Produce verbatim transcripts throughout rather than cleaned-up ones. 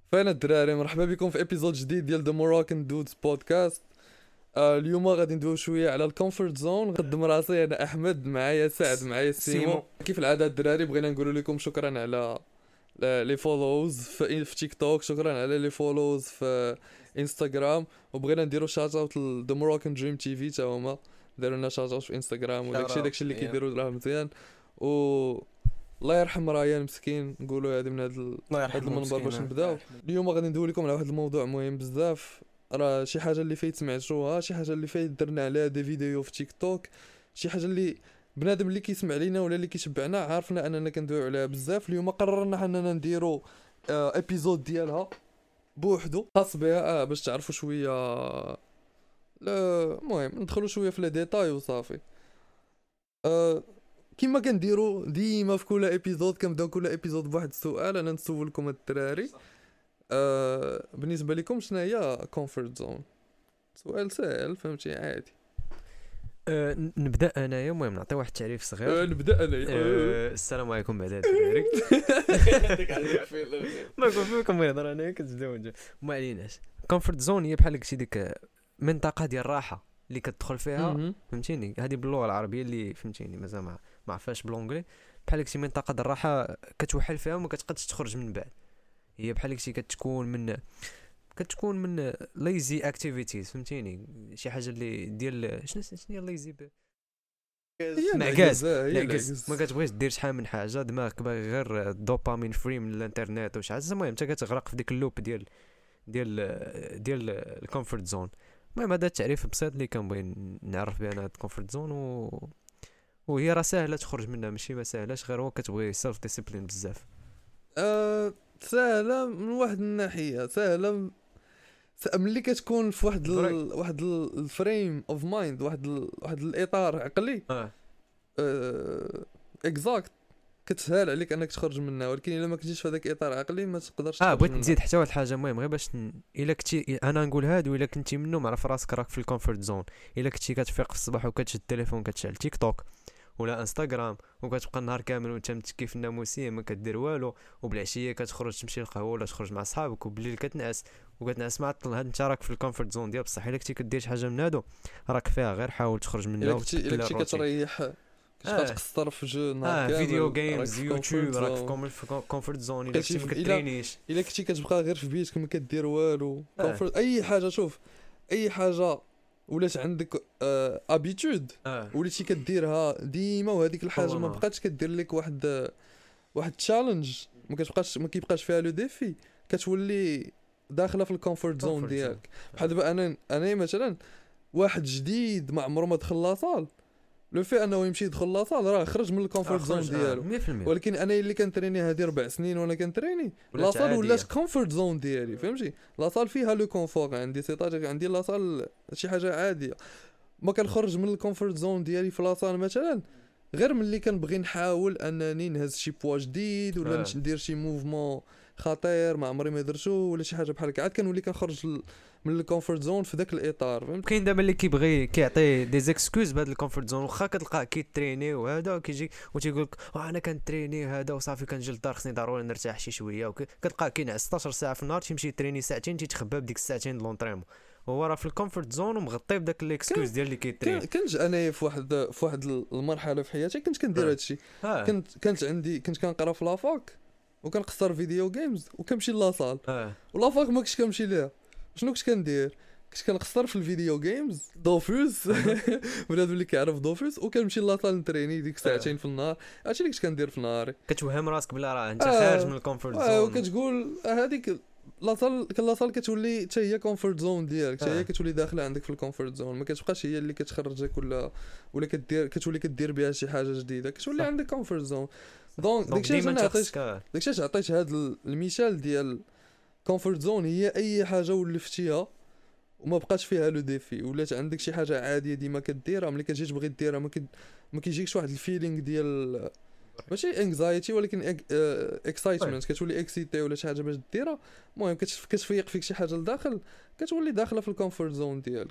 فانا الدراري مرحبا بكم في ابيزود جديد ديال ذا موراكن دودز بودكاست. آه اليوم غادي ندويو شويه على الكومفورت زون. نقدم راسي انا احمد، معايا سعد، معايا سيمو. سيمو. كيف العاده الدراري بغينا نقول لكم شكرا على لي فولوز في, في تيك توك، شكرا على لي فولوز في انستغرام، وبغينا نديرو شات اوت ذا موراكن دريم تي في تا هما داروا لنا شات اوت في انستغرام، وداكشي داكشي اللي كيديروا راه مزيان. و الله يرحم رايان مسكين، نقولوا هذه من هذا ال... الله هذا يرحمه المنبر باش مسكين. نبداو. اليوم غادي ندوي لكم على واحد الموضوع مهم بزاف، راه شي حاجه اللي فايت سمعتوها، شي حاجه اللي فايت درنا عليها دي فيديو في تيك توك، شي حاجه اللي بنادم اللي كيسمع لينا ولا اللي كيشبعنا عارفنا اننا كندويو عليها بزاف. اليوم قررنا اننا نديرو آه ابيزود ديالها بوحدو خاص بها، اه باش تعرفوا شويه. لا المهم ندخلوا شويه في لي ديتاي وصافي. آه كيما كنديروا ديما في كل ابيزود، كنبداو كل ابيزود بواحد السؤال. انا نسولكم الدراري آه بالنسبه لكم شنو هي كومفورت زون؟ سؤال سهل فهمتي، عادي. أه ن- نبدا انايا. المهم نعطي واحد التعريف صغير. آه نبدا انا. أه السلام عليكم بعد الدراري. ما نقول فيكم يهضر انايا كتبداو. ما عليناش. كومفورت زون هي بحال قلتي ديك منطقه ديال الراحه اللي كتدخل فيها، مهم. فهمتيني؟ هذه باللغه العربيه اللي فهمتيني، مازال ما ما عرفاش بالونجلي. بحال قلتي منطقه ديال الراحه كتوحل فيها وما كتقدش تخرج من بعد. هي بحال قلتي كتكون من كتكون من ليزي اكتيفيتيز، فهمتيني؟ شي حاجه اللي ديال شنو شنو هي ليزي ب... هي معكاز. العجز، آه، هي نعكس، العجز. ما كتبغيش دير شحال من حاجه، دماغك باغي غير دوبامين فري من الانترنت وشي حاجه. المهم انت كتغرق في ديك اللوب ديال ديال ديال الكومفورت زون. المهم هذا التعريف بسيط اللي كنبغي نعرف به انا الكومفورت زون. و وهي راه ساهله تخرج منها، ماشي ما ساهلاش، غير هو كتبغي سيلف ديسيبلين بزاف. آه سهله من واحد الناحيه، سهله م- س- ملي كتكون في واحد برك. ال... واحد ال- الفريم اوف مايند، واحد ال... واحد الاطار عقلي اه اكزاكت، كتسهل عليك انك تخرج منها. ولكن الا ما كنتيش في هذاك الاطار عقلي ما تقدرش اه تخرج بغيت منها. نزيد حتى واحد الحاجه مهم غير باش ن... الا كنتي انا نقول هادو، الا كنتي منهم عرف راسك راك في الكومفورت زون. الا كنتي كتفيق في الصباح وكتشد التليفون كتشعل تيك توك ولا انستغرام وكتبقى النهار كامل وانت متكي في الناموسيه ما كدير والو، وبالعشيه كتخرج تمشي للقهوه ولا تخرج مع صحابك، وبالليل كتنعس وكتنعس معطل، هاد انت راك في الكومفورت زون ديال بصح. الا كنتي كدير شي حاجه من هادو راك فيها، غير حاول تخرج منها الا كنتي الا وتبدل كنتي الروتين. كتريح كتبقى آه. تقصر في جو نهار اه كامل، فيديو راك جيمز، في يوتيوب، comfort راك في zone. كوم- في كومفورت زون. الا بقيتي كنتي ما في- إلا- كترينيش الا كنتي كتبقى غير في بيتك ما كدير والو آه. comfort- اي حاجه. شوف اي حاجه ولات عندك آه ابيتود اه وليتي كديرها ديما، وهذيك الحاجه كل ما نهار. بقاتش كدير لك واحد واحد تشالنج، ما كتبقاش ما كيبقاش فيها لو ديفي، كتولي داخله في الكومفورت زون Comfort ديالك. zone. بحال دابا انا انا مثلا واحد جديد ما عمره ما دخل لاصال، لو في انه يمشي يدخل لاصال راه خرج من الكومفورت زون خرج، آه، ديالو. مية في المية. ولكن انا اللي كنتريني هذه اربع سنين وانا كنتريني ولات لاصال عادية. ولات كومفورت زون ديالي، فهمتي؟ لاصال فيها لو كونفور عندي، سيطاج عندي لاصال شي حاجه عاديه. ما كنخرج من الكومفورت زون ديالي في لاصال مثلا غير ملي كنبغي نحاول انني نهز شي بوا جديد ولا آه. نش- ندير شي موفمون خطير ما عمري ما درتو ولا شي حاجه بحال هكا، عاد كنولي كنخرج ل- من الكومفورت زون في ذاك الاطار، فهمت؟ كاين دابا اللي كيبغي كيعطي دي زيكسكوز بهذا الكومفورت زون، واخا كتلقاه كيتريني وهذا كيجي وتيقول لك اه انا كنتريني هذا وصافي كنجي للدار خصني ضروري نرتاح شي شويه، وكتلقاه كينعس ستة عشر ساعه في النهار تيمشي يتريني ساعتين تيتخبى بديك الساعتين د لونطريمون، وهو راه في الكومفورت زون ومغطي بداك الاكسكوز ديال اللي كيتريني. كان- كنت انا في واحد في واحد المرحله في حياتي كنت كندير آه. هادشي. اه كنت كانت عندي كنت كنقرا في لافاك وكنقصر فيديو جيمز وكنمشي لاصال، اه ولافاك ما كنتش كنمشي ليها. شنو كنت كندير؟ كنت كنقصر في الفيديو جيمز دوفوس بنادم اللي كيعرف دوفوس، وكنمشي لاصال نتريني ديك ساعتين في النهار. هادشي اللي كنت كندير في نهاري. كتوهم راسك بلا راه انت آه. خارج من الكومفورت آه زون. وكتقول هذيك لاصال لاصال كتولي حتى هي كومفورت زون ديالك، حتى آه. هي كتولي داخله عندك في الكومفورت زون، ما كتبقاش هي اللي كتخرجك ولا ولا كدير كتولي كدير بها شي حاجه جديده، كتولي صح. عندك كومفورت زون. دونك دونك داكشي ديما علاش انت عطيت خصك آه. داكشي علاش عطيت هذا المثال ديال كومفورت زون. هي اي حاجه ولفتيها وما بقاش فيها لو ديفي، ولات عندك شي حاجه عاديه ديما كديرها، ملي كتجي تبغي ديرها ما كد... ما كيجيكش واحد الفيلينغ ديال ماشي انكزايتي ولكن اكسايتمنت، كتولي اكسيتي ولا شي حاجه باش ديرها. المهم كتف- كتفيق فيك شي حاجه لداخل، كتولي داخله في الكومفورت زون ديالك.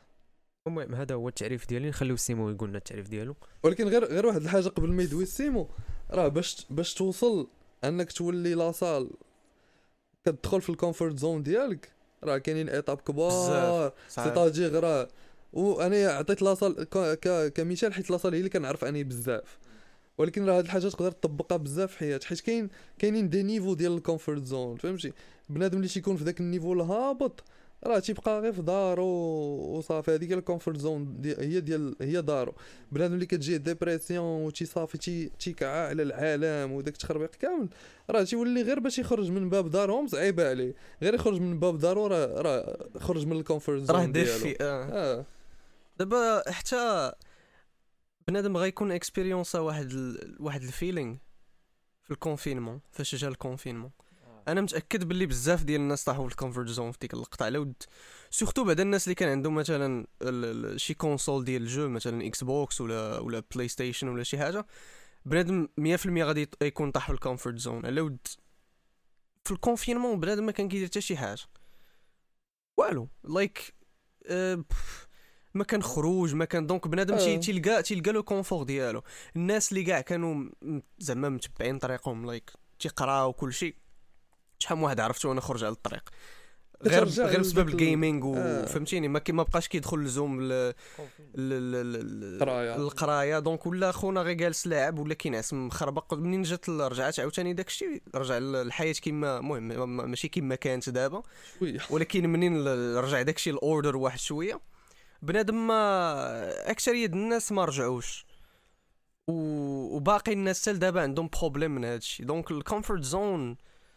المهم هذا هو التعريف ديالي، نخليو سيمو يقول لنا التعريف ديالو. ولكن غير غير واحد الحاجه قبل ما يدوي السيمو، راه باش باش توصل انك تولي لاصال كتدخل في الكومفورت زون ديالك راه كاينين ايطاب كبار بزاف صعب. سيتاجيغ راه. وانا عطيت لاصال ك- ك- كمثال حيت لاصال هي اللي كنعرف اني بزاف، ولكن راه هاد الحاجه تقدر تطبقها بزاف في حياتك حيت كاين كاينين دي نيفو ديال الكومفورت زون فهمتي. بنادم اللي تيكون في داك النيفو الهابط راه تيبقى غير في دارو وصافي، هذيك الكومفورت زون دي هي ديال هي دارو. بنادم اللي كتجيه ديبرسيون وتي صافي تي تيكعى على العالم وداك التخربيق كامل راه تيولي غير باش يخرج من باب دارهم صعيبه عليه، غير يخرج من باب دارو راه راه خرج من الكومفورت راه زون ديالو. دافي اه. اه دابا حتى بنادم غيكون اكسبيريونسا واحد ال... واحد الفيلينغ في الكونفينمون فاش جا الكونفينمون. انا متاكد باللي بزاف ديال الناس طاحوا في الكونفورت زون في ديك اللقطه على ود سورتو بعد الناس اللي كان عندهم مثلا ال... ال... شي كونسول ديال الجو مثلا اكس بوكس ولا ولا بلاي ستيشن ولا شي حاجه، بنادم مية في المية غادي يكون طاح في الكونفورت زون على ود في الكونفينمون. بنادم ما كان كيدير حتى شي حاجه والو لايك أه ما كان خروج ما كان دونك بنادم آه. تي تلقى تلقى لو كونفور ديالو. الناس اللي كاع كانوا م- زعما متبعين طريقهم لايك تيقراو كل شيء، شحال من واحد عرفتو انا خرج على الطريق غير كترجع غير بسبب لذاك ال- الجيمنج آه. وفهمتيني ما كي ما بقاش كيدخل لزوم ل- ل- ل- ل- القراية. القرايه دونك ولا خونا غير جالس لاعب ولا كينعس مخربق. منين جات رجعات عاوتاني داكشي رجع الحياه كيما المهم ما- ماشي كيما كانت دابا، شويه ولكن منين ل- رجع داكشي الاوردر واحد شويه بنادم ما اكثريه الناس ما رجعوش و... وباقي الناس حتى دابا عندهم بروبليم من هادشي. دونك الكومفورت زون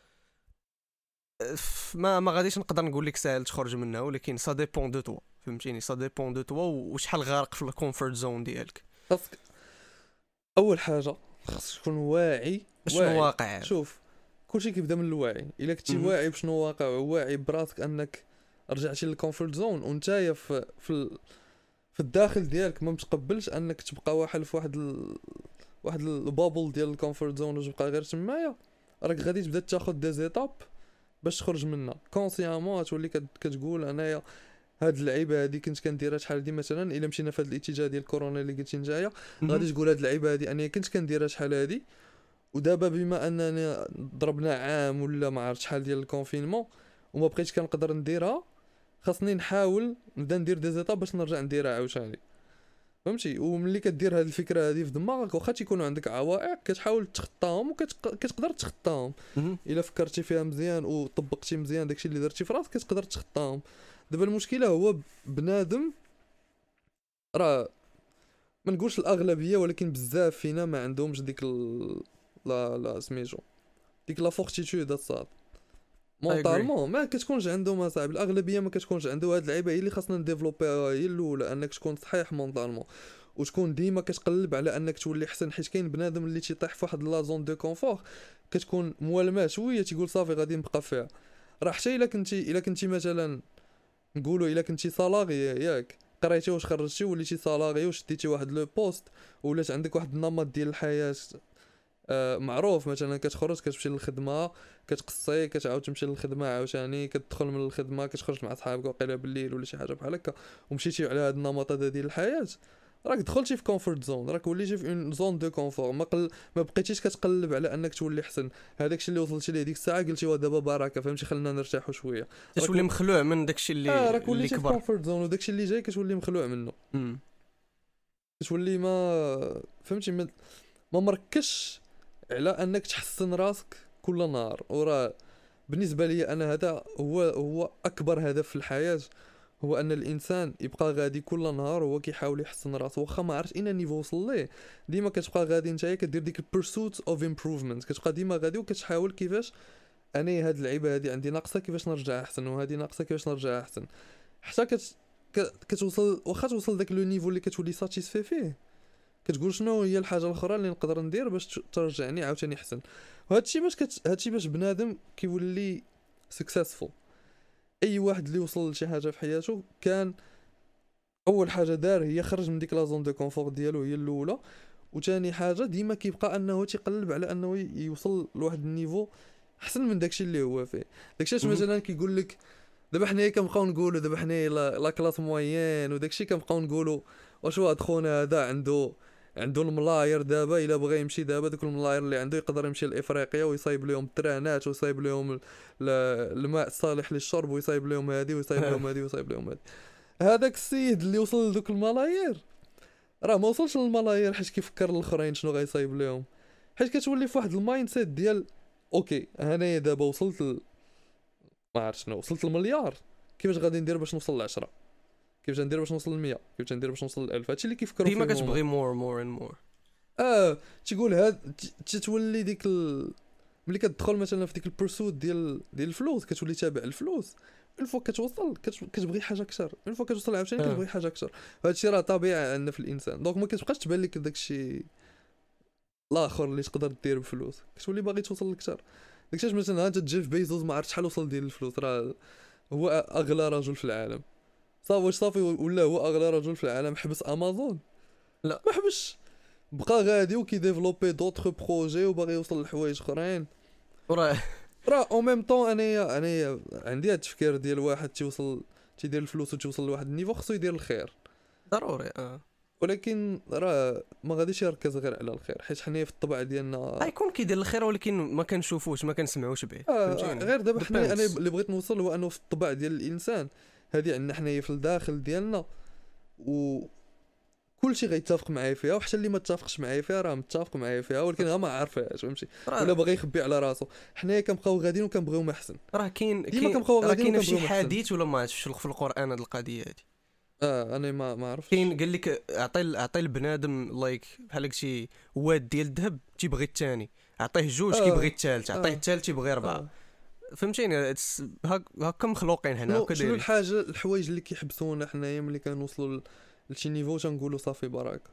ما ما غاديش نقدر نقول لك ساهل تخرج منها، ولكن سا ديبون دو توا فهمتيني سا ديبون دو توا وشحال غارق في الكومفورت زون ديالك. خاصك اول حاجه خاصك تكون واعي شنو واعي. واقع شوف كلشي كيبدا من الوعي. الا كنتي مهم. واعي بشنو واقع وواعي براسك انك رجعتي للكومفورت زون وانتايا في في ال... في الداخل ديالك ما متقبلش انك تبقى واحد في واحد ال... واحد البابل ديال الكومفورت زون وتبقى غير تمايا، راك غادي تبدا تاخذ دي زيتاب باش تخرج منها كونسيامون. تولي كت... كتقول انايا هاد اللعيبه هادي كنت كنديرها شحال هادي مثلا الا مشينا في هاد الاتجاه ديال كورونا اللي قلتي نتايا غادي تقول هاد اللعيبه هادي انا كنت كنديرها شحال هادي، ودابا بما اننا ضربنا عام ولا ما عرفت شحال ديال الكونفينمون وما بقيتش كنقدر نديرها خاصني نحاول نبدا ندير دي زيتاب باش نرجع نديرها عاوتاني فهمتي. وملي كدير هاد الفكره هادي في دماغك واخا تيكونوا عندك عوائق كتحاول تخطاهم وكتقدر تخطاهم الا فكرتي فيها مزيان وطبقتي مزيان داكشي اللي درتي في راسك كتقدر تخطاهم. دابا المشكله هو بنادم راه ما نقولش الاغلبيه ولكن بزاف فينا ما عندهمش ديك ال... لا لا سميتو ديك لا فورتيتود الصاد مونطالمون ما كتكونش عندهم اصاحبي. الاغلبيه ما كتكونش عنده هاد اللعيبه هي اللي خاصنا نديفلوبيها هي الاولى انك تكون صحيح مونطالمون وتكون ديما كتقلب على انك تولي احسن. حيت كاين بنادم اللي تيطيح في واحد لا زون دو كونفور كتكون موالمه شويه تيقول صافي غادي نبقى فيها. راه حتى الا كنتي الا كنتي مثلا نقولوا الا كنتي صالاغي ياك قريتي واش خرجتي وليتي صالاغي وشديتي واحد لو بوست ولات عندك واحد النمط ديال الحياه آه معروف مثلا كتخرج كتمشي للخدمه كتقصي كتعاود تمشي للخدمه عاوتاني كتدخل من الخدمه كتخرج مع صحابك وقيله بالليل ولا شي حاجه بحال هكا ومشيتي على هاد النمط هذا ديال الحياه راك دخلتي في كومفورت زون راك وليتي في اون زون دو كونفور ما قل ما بقيتيش كتقلب على انك تولي احسن. هذاك الشيء اللي وصلتي ليه ديك الساعه قلتي وا دابا بركه فهمتي خلينا نرتاحوا شويه تولي مخلوع من داكشي اللي آه راك اللي وليتي في كبر كومفورت زون وداكشي اللي جاي كتولي مخلوع منه مم. كتولي ما فهمتي ما, ما مركزش على انك تحسن راسك كل نهار. وراه بالنسبه لي انا هذا هو هو اكبر هدف في الحياه هو ان الانسان يبقى غادي كل نهار هو كيحاول يحسن راسو واخا ما عرفت اين نيفو وصل ليه ديما كتبقى غادي نتايا كدير ديك البيرسوت اوف امبروفمنت كتبقى ديما غادي وكتحاول كيفاش انا هاد اللعيبه هادي عندي ناقصه كيفاش نرجع احسن وهادي ناقصه كيفاش نرجع احسن حتى كت... كتوصل واخا توصل داك لو نيفو اللي كتولي ساتيسفي فيه كتقول شنو هي الحاجه الاخرى اللي نقدر ندير باش ترجعني عاوتاني احسن. وهذا الشيء باش كت... هادشي باش بنادم كيولي سكسسفول. اي واحد اللي وصل لشي حاجه في حياته كان اول حاجه دار هي خرج من ديك لا زون دو كونفور ديالو هي الاولى، وثاني حاجه ديما كيبقى انه تيقلب على انه يوصل لواحد النيفو احسن من داكشي اللي هو فيه. داكشي مثلا كيقول لك دابا حنايا كنبقاو نقولوا دابا حنايا لا, لا كلاس موين وداكشي كنبقاو نقولوا واش واحد خونا هذا عنده عنده الملاير دابا الا بغى يمشي دابا دوك الملاير اللي عنده يقدر يمشي لافريقيا ويصايب لهم الترانات ويصايب لهم ال- ال- الماء الصالح للشرب ويصايب لهم هذه ويصايب لهم هذه ويصايب لهم هذه. هذاك السيد اللي وصل لدوك الملاير راه ما وصلش للملاير حيت كيفكر الاخرين شنو غيصايب لهم، حيت كتولي في واحد المايند سيت ديال اوكي انايا دابا وصلت ل... ما عرفت شنو وصلت للمليار، كيفاش غادي ندير باش نوصل ل عشرة، كيفاش ندير باش نوصل ل مية، كيفاش ندير باش نوصل ل ألف. هادشي اللي كيفكروا فيه ديما هما. كتبغي مور مور اند مور. اه تيقول هاد ت- تتولي ديك ال... ملي كتدخل مثلا في ديك البرسوت ديال ديال الفلوس كتولي تابع الفلوس، اون فوا كتوصل كت... كتبغي حاجه اكثر، اون فوا كتوصل عاوتاني آه. كتبغي حاجه اكثر. هادشي راه طبيعي عندنا في الانسان، دونك ما كتبقاش تبان لك داكشي الاخر اللي تقدر دير بفلوس، كتولي باغي توصل لكثر. داكشي مثلا انت جيف بيزوس ما عرفت شحال وصل ديال الفلوس، راه هو اغلى رجل في العالم. صافي واش صافي ولا هو اغلى رجل في العالم حبس امازون؟ لا. ما حبسش، بقى غادي وكيديفلوبي دوطخ بروجي وباغي يوصل لحوايج اخرين. وراه راه او ميم طون انايا انايا عندي هاد التفكير ديال واحد تيوصل تيدير الفلوس وتوصل لواحد النيفو خصو يدير الخير، ضروري. اه ولكن راه ما غاديش يركز غير على الخير، حيت حنايا في الطبع ديالنا غيكون كيدير الخير ولكن ما كنشوفوش ما كنسمعوش به. آه فهمتيني؟ غير دابا حنا انا Depends. اللي بغيت نوصل هو انه في الطبع ديال الانسان هذه عندنا حنايا في الداخل ديالنا، و كلشي غيتفق معايا فيها، وحتى اللي ما اتفقش معايا فيها راه متفق معايا فيها ولكن غير ما عارفهاش فهمتي، ولا راه باغي يخبي على راسو. حنايا كنبقاو غاديين وكنبغيو ما احسن. راه كاين ديما كاين كنبقاو راه غاديين كاين شي وكنبغيو محسن. حديث ولا ما عرفتش في القران هاد القضيه هادي. اه انا ما ما عرفتش. كاين قال لك اعطي اعطي البنادم لايك بحال شي واد ديال الذهب تيبغي الثاني، عطيه جوج آه. كيبغي الثالث، عطيه آه. الثالث تيبغي اربعه. آه. فهمتيني؟ it's- هاك هاكا مخلوقين حنا شنو هكا شنو دايرين. الحاجه الحوايج اللي كيحبسونا حنايا ملي كنوصلوا ل- لشي نيفو تنقولوا صافي بركه؟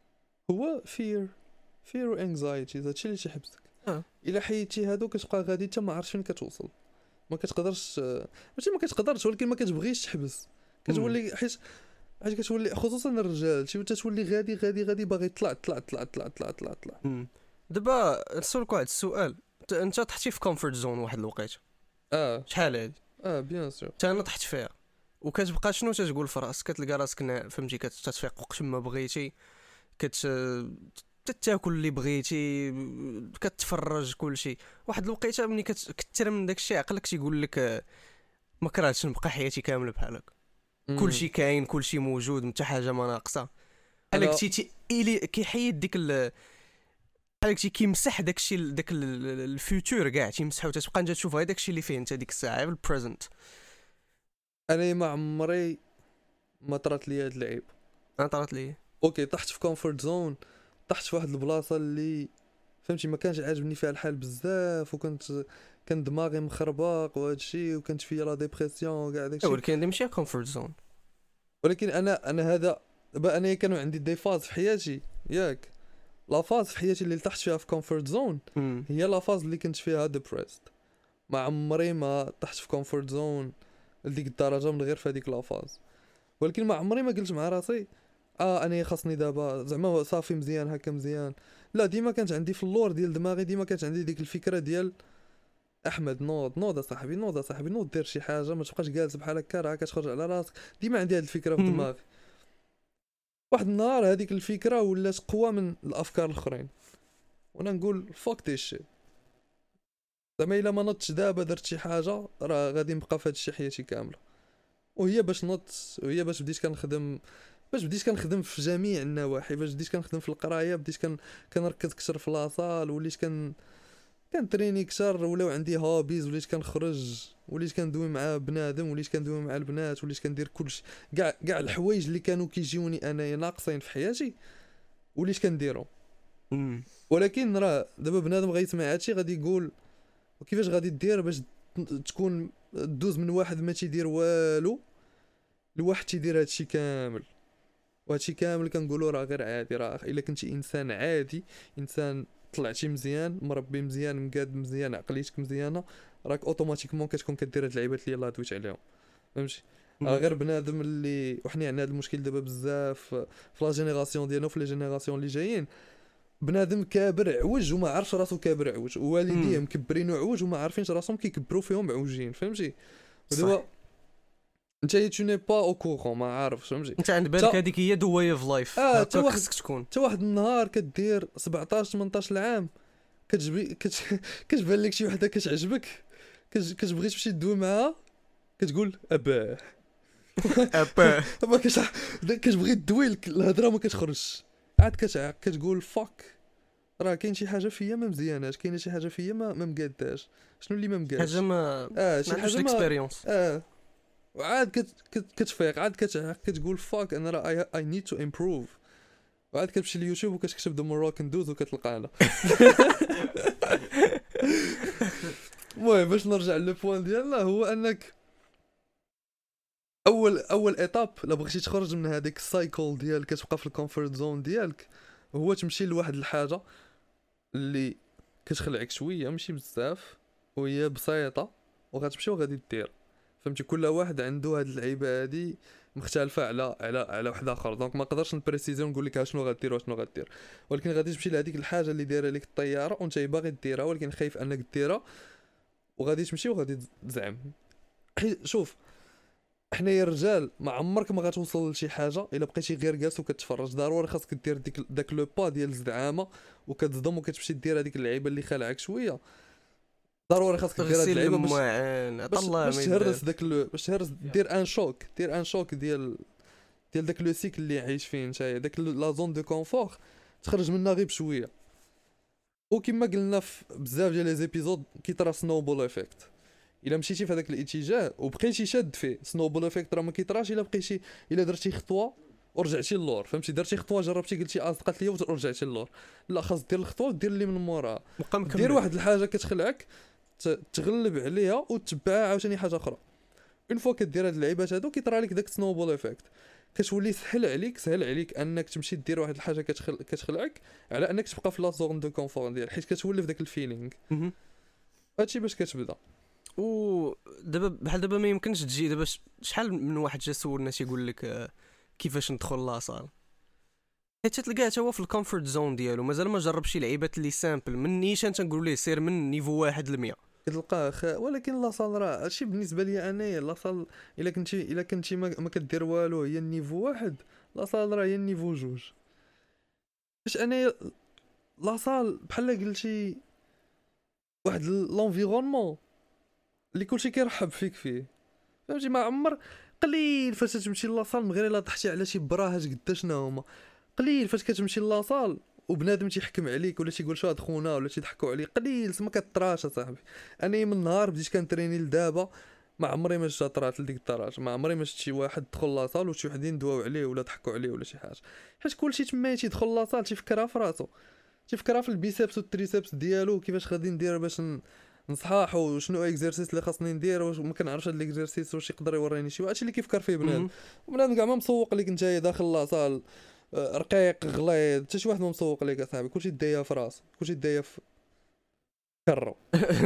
هو fear fear و anxiety، هادشي اللي تيحبسك. آه. الا حيدتي هادو كتبقى غادي حتى ما عرفتش فين كتوصل، ما كتقدرش آه، ماشي ما كتقدرش ولكن ما كتبغيش تحبس، كتولي حيت حيت كتولي خصوصا الرجال شي تتولي غادي غادي غادي باغي تطلع تطلع تطلع تطلع تطلع تطلع تطلع. مم. دابا نسولك واحد السؤال، انت- انت طحتي في كومفورت زون واحد الوقيته، اه شحال هادي؟ اه بيان سور. حتى انا طحت فيها، وكتبقى شنو تتقول في راسك؟ كتلقى راسك نا- فهمتي كتفيق وقت ما بغيتي، كت تتاكل اللي بغيتي، كتفرج كل شيء. واحد الوقيته ملي كتكثر من داك الشيء عقلك تيقول لك آه، ما كرهتش نبقى حياتي كامله بحالك، كل شيء كاين كل شيء موجود حتى حاجه ما ناقصه. بحال أنا- قلتي تي إلي كيحيد ديك ال بحال قلتي كيمسح داك الشيء داك ال- ال- الفيوتور كاع تيمسحو، تتبقى انت تشوف غير داك الشيء اللي فيه انت ديك الساعه في البريزنت. انا ما عمري ما طرات لي هاد العيب. انا طرات لي اوكي طحت في كومفورت زون، طحت في واحد البلاصه اللي فهمتي ما كانش عاجبني فيها الحال بزاف، وكنت كان دماغي مخربق وهذا الشيء، وكانت فيا لا ديبرسيون وكاع داك الشيء. ولكن هذه ماشي كومفورت زون. ولكن انا انا هذا دابا انا كانوا عندي دي فاز في حياتي ياك، لا فاز في حياتي اللي طحت فيها في كومفورت زون هي لا فاز اللي كنت فيها ديبريسد. ما عمري ما طحت في كومفورت زون لديك الدرجه من غير في هذيك لا فاز، ولكن ما عمري ما قلت مع راسي اه انا خاصني دابا زعما صافي مزيان هكا مزيان. لا ديما كانت عندي في اللور ديال دماغي ديما كانت عندي ديك الفكره ديال احمد نوض نوض صاحبي نوض صاحبي نوض دير شي حاجه، ما تبقاش جالس بحال هكا راه كتخرج على راسك. ديما عندي هاد الفكره في مم. دماغي. واحد النهار هذيك الفكره ولات قوه من الافكار الاخرين، وانا نقول فوك دي شي، زعما الا ما نضتش دابا درت شي حاجه راه غادي نبقى في هاد الشي حياتي كامله. وهي باش نضت، وهي باش بديت كنخدم باش بديت كنخدم في جميع النواحي، باش بديت كنخدم في القرايه، بديت كن كنركز كثر في لاصال، وليت كن كنتريني كثر، ولاو عندي هوبيز، وليت كنخرج، وليت كندوي مع بنادم، وليت كندوي مع البنات، وليت كندير كلشي كاع كاع الحوايج اللي كانوا كيجيوني انايا ناقصين في حياتي وليت كنديرهم. ولكن راه دابا بنادم غيسمع هادشي غادي يقول وكيفاش غادي دير باش تكون دوز من واحد ما تيدير والو لواحد تيدير هادشي كامل. وهادشي كامل كنقولوا راه غير عادي، راه الا كنتي انسان عادي، انسان طلعتي مزيان مربي مزيان مقاد مزيان عقليتك مزيانه، راك اوتوماتيكمون كتكون كدير هاد اللعيبات اللي يلاه دويت عليهم فهمتي. راه غير بنادم اللي وحنا عندنا هاد المشكل دابا بزاف في لا جينيراسيون ديالنا وفي لي جينيراسيون اللي جايين، بنادم كابر عوج وما عارفش راسو كابر عوج، ووالديه مكبرينو عوج وما عارفينش راسهم كيكبروا فيهم عوجين فهمتي. ودابا انت تو ني با او كورون ما عارفش فهمتي انت عند بالك تا- هذيك هي دو واي اوف لايف آه، تا واحد- خصك تكون. حتى واحد النهار كدير سبعطاش ثمنطاش عام كتجبي كت... كتبان لك شي وحده كتعجبك كت... كتبغي تمشي تدوي معاها كتقول اباه ابا ما كتش كتبغي تدوي لك الهضره ما كتخرجش عاد كتعاق كتقول فاك راه كاين شي حاجه فيا ما مزياناش كاينه شي حاجه فيا ما ما مقاداش شنو اللي ما مقادش حاجه ما اه شي ما عندوش حاجه ما الاكسبيريونس. اه وعاد كت... كت... كتفيق عاد كتعاق كتقول فاك انا راه اي نيد تو امبروف وعاد كتمشي ليوتيوب وكتكتب ذا موراكن دوز وكتلقانا. المهم باش نرجع للبوان ديالنا هو انك اول اول ايتاب الا بغيتي تخرج من هذيك السايكل ديال كتبقى في الكومفورت زون ديالك هو تمشي لواحد الحاجه اللي كتخلعك شويه ماشي بزاف وهي بسيطه وغتمشي وغادي دير فهمتي كل واحد عنده هاد اللعيبه هادي مختلفه على على على واحد اخر دونك ما نقدرش نبريسيزي ونقول لك شنو غدير وشنو غدير ولكن غادي تمشي لهذيك الحاجه اللي دايره لك الطياره وانت باغي ديرها ولكن خايف انك ديرها وغادي تمشي وغادي تزعم. شوف حنايا الرجال ما عمرك ما غتوصل لشي حاجه الا بقيتي غير جالس وكتفرج ضروري خاصك دير ديك داك لو با ديال الزعامه وكتصدم وكتمشي دير هذيك اللعيبه اللي خلعك شويه ضروري خاصك دير هاد تغسل اللعيبه باش المعان باش, الله باش ما تهرس داك ال... باش تهرس دير ان شوك دير ان شوك ديال ديال داك لو سيكل اللي عايش فيه نتايا داك لا زون دو كونفور تخرج منها غير بشويه وكما قلنا في بزاف ديال لي زيبيزود كيطرا سنوبول افيكت الا مشيتي في هذاك الاتجاه وبقيتي شاد فيه سنوبول افيكت راه ما كيطراش الا بقيتي الا درتي خطوه ورجعتي للور فهمتي درتي خطوه جربتي قلتي اصدقات ليا ورجعتي للور لا خاص دير الخطوه ودير اللي من موراها دير واحد الحاجه كتخلعك تغلب عليها وتتبعها عاوتاني حاجه اخرى اون فوا كدير هاد اللعيبات هادو كيطرا لك داك سنوبول افيكت كتولي سهل عليك سهل عليك انك تمشي دير واحد الحاجه كتخل... كتخلعك على انك تبقى في لا زون دو كونفور ديال حيت كتولي في داك الفيلينغ هادشي باش كتبدا. و دابا بحال دابا ما يمكنش تجي دابا شحال من واحد جا سولنا تيقول لك آه، كيفاش ندخل لاصال حيت تلقاه حتى هو في الكومفورت زون ديالو مازال ما جرب شي لعيبات اللي سامبل من نيشان تنقولوا ليه سير من نيفو واحد ل مية كتلقاه خ... ولكن لاصال راه هادشي بالنسبه لي انايا لاصال الا كنتي الا كنتي ما, ما كدير والو هي النيفو واحد لاصال راه هي النيفو جوج باش انايا لاصال بحال قلتي واحد لونفيرونمون اللي كلشي كيرحب فيك فيه فهمتي ما عمر قليل فاش تمشي لاصال من غير الا طحتي على شي براهات قدا شنو هما قليل فاش كتمشي لاصال وبنادم تيحكم عليك ولا تيقول شاد خونا ولا تيضحكوا عليك قليل ما كطراش اصاحبي انا من نهار بديت كنتريني لدابا ما عمري ما شفت طرات لديك الدرجه ما عمري ما شفت شي واحد دخل لاصال وشي وحدين دواو عليه ولا ضحكوا عليه ولا شي حاجه حيت كلشي تما تيدخل لاصال تيفكرها في راسو تيفكرها في البيسبس والتريسبس ديالو كيفاش غادي ندير باش نصحاح وشنو اكزرسيس اللي خاصني ندير واش ما كنعرفش هاد الاكزرسيس واش يقدر يوريني شي واحد اللي كيفكر فيه بنادم بنادم كاع ما مسوق لك نتايا داخل لاصال رقيق غليظ حتى شي واحد ما مسوق لك اصاحبي كلشي دايا في راس كلشي دايا في كرو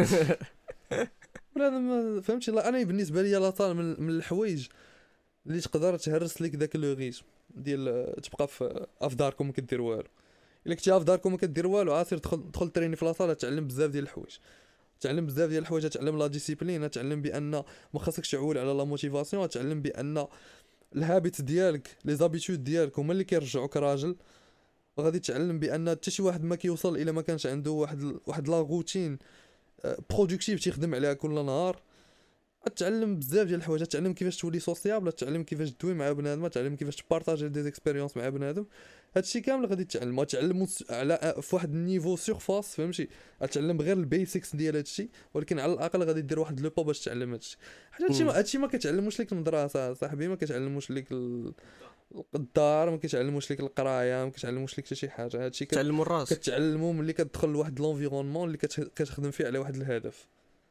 بنادم فهمتي لا انا بالنسبه لي لاصال من, من الحوايج اللي تقدر تهرس لك داك لو ريتم ديال تبقى في اف داركم ما كدير والو الا كنتي في داركم ما كدير والو عاسير دخل دخل تريني في لاصال تعلم بزاف ديال الحوايج تعلم بزاف ديال الحوايج تعلم لا ديسيبلين تعلم بان ما خاصكش تعول على لا موتيفاسيون تعلم بان الهابيت ديالك لي زابيتود ديالك هما اللي كيرجعوك راجل وغادي تعلم بان حتى شي واحد ما كيوصل الا ما كانش عنده واحد واحد لا روتين برودكتيف تيخدم عليها كل نهار تعلم بزاف ديال الحوايج تعلم كيفاش تولي سوسيابل تعلم كيفاش تدوي مع بنادم تعلم كيفاش تبارطاجي دي زيكسبيريونس مع بنادم هادشي كامل غادي تعلم تعلم على في واحد النيفو سيرفاس فهمتي تعلم غير البيسكس ديال هادشي ولكن على الاقل غادي دير واحد لو با باش تعلم هادشي حيت هادشي هادشي ما كتعلموش لك المدرسه صاحبي ما كتعلموش لك الدار ما كيتعلموش لك القرايه ما كيتعلموش لك حتى شي حاجه هادشي كتعلموا الراس كتعلمو ملي كتدخل لواحد لونفيرونمون اللي كتخدم فيه على واحد الهدف.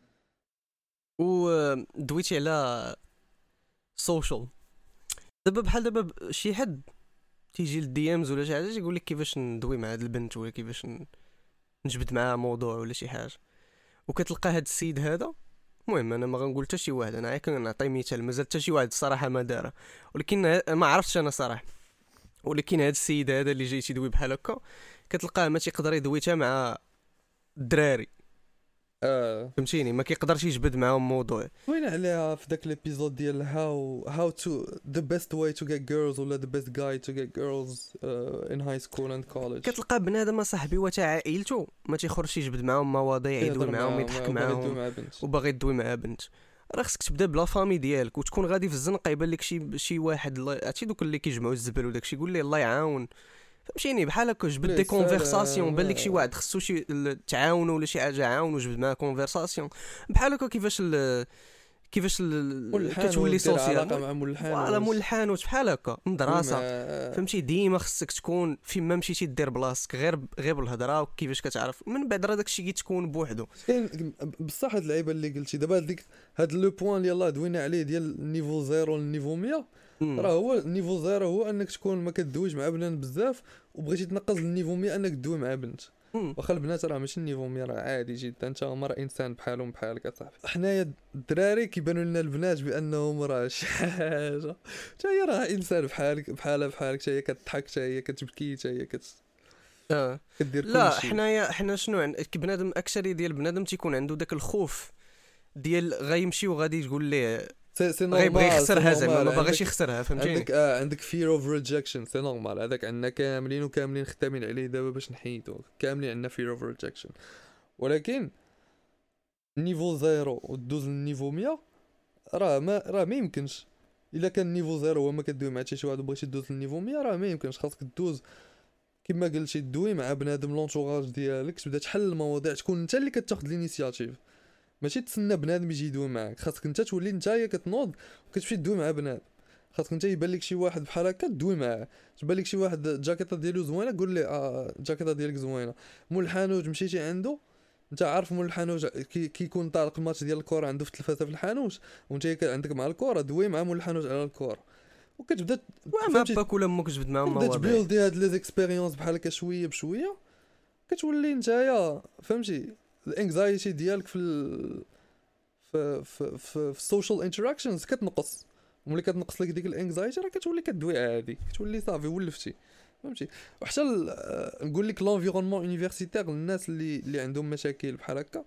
و دويتي على سوشيال دابا بحال دابا شي حد تيجي للدي امز ولا شي حاجه يقول لك كيفاش ندوي مع هاد البنت ولا كيفاش نجبد معاها موضوع ولا شي حاجه وكتلقى هاد السيد هذا المهم انا ما غنقول حتى شي واحد انا غير كنعطي مثال مازال حتى شي واحد الصراحه ما دارها ولكن ما عرفتش انا صراحه ولكن هاد السيد هذا اللي جاي تيدوي بحال هكا كتلقاه ما تيقدر يدوي حتى مع الدراري اه فهمتيني ما كيقدرش يجبد معاهم موضوع. وين عليها في داك الابيزود ديال هاو هاو تو ذا بيست واي تو جيت جيرلز ولا ذا بيست جاي تو جيت جيرلز ان هاي سكول اند كوليدج. كتلقى بنادم صاحبي وتا عائلته ما تيخرجش يجبد معاهم مواضيع يدوي معاهم يضحك معاهم مع بنت وباغي يدوي مع بنت. راه خصك تبدا بلا فامي ديالك وتكون غادي في الزنقه يبان لك شي شي واحد عرفتي دوك اللي كيجمعوا الزبل وداكشي يقول ليه الله يعاون فهمتيني بحال هكا جبد دي كونفرساسيون بان لك شي واحد خصو شي تعاونوا ولا شي حاجه عاونوا جبد معاه كونفرساسيون بحال هكا كيفاش ال... كيفاش ال... كتولي سوسيال مع مول الحانوت على مول الحانوت بحال هكا مدرسه فهمتي ديما خصك تكون فين ما مشيتي دير بلاصتك غير غير بالهضره وكيفاش كتعرف من بعد راه داكشي كيتكون بوحدو. بصح هاد اللعيبه اللي قلتي دابا هذيك هاد لو بوين اللي يلاه دوينا عليه ديال النيفو زيرو للنيفو مية راه هو النيفو زيرو هو انك تكون ما كدويش مع بنان بزاف وبغيتي تنقص للنيفو مية انك تدوي مع بنت. واخا البنات راه ماشي النيفو مية راه عادي جدا انت هما راه انسان بحالهم بحالك اصاحبي. حنايا الدراري كيبانوا لنا البنات بانهم راه شي حاجه حتى هي راه انسان بحالك بحالها بحالك حتى هي كتضحك حتى هي كتبكي حتى هي كت اه كدير كل لا شيء. حنايا حنا شنو عند بنادم اكثري ديال بنادم تيكون عنده داك الخوف ديال غيمشي وغادي تقول ليه سي سي غيبغي يخسرها زعما ما باغاش يخسرها فهمتيني. عندك آه عندك fear of rejection سي نورمال هذاك عندنا كاملين وكاملين خدامين عليه دابا باش نحيدو كاملين عندنا fear of rejection ولكن نيفو زيرو ودوز للنيفو مية راه ما راه ما يمكنش. الا كان نيفو زيرو هو ما كدوي مع حتى شي واحد وبغيتي دوز للنيفو مية راه ما يمكنش. خاصك دوز كما قلتي دوي مع بنادم لونطوراج ديالك تبدا تحل المواضيع تكون انت اللي كتاخذ الانيشياتيف ماشي تسنى بنادم يجي يدوي معاك. خاصك انت تولي انت هي كتنوض وكتمشي تدوي مع بنادم. خاصك انت يبان لك شي واحد بحال هكا تدوي معاه تبان لك شي واحد الجاكيطه ديالو زوينه قول ليه اه الجاكيطه ديالك زوينه. مول الحانوت مشيتي عنده انت عارف مول الحانوت كي كيكون طالق الماتش ديال الكره عنده في التلفازه في الحانوت وانت عندك مع الكره دوي مع مول الحانوت على الكره وكتبدا ما باك ولا امك جبد معاهم مواضيع مواضيع تبيلدي هاد لي زيكسبيريونس بحال هكا شويه بشويه كتولي نتايا فهمتي الانكزايتي ديالك في ال... في في في السوشيال انتراكشنز كتنقص وملي كتنقص لك ديك الانكزايتي راه كتولي كدوي عادي كتولي صافي ولفتي فهمتي. وحتى نقول لك لونفيرونمون يونيفرسيتير الناس اللي اللي عندهم مشاكل بحال هكا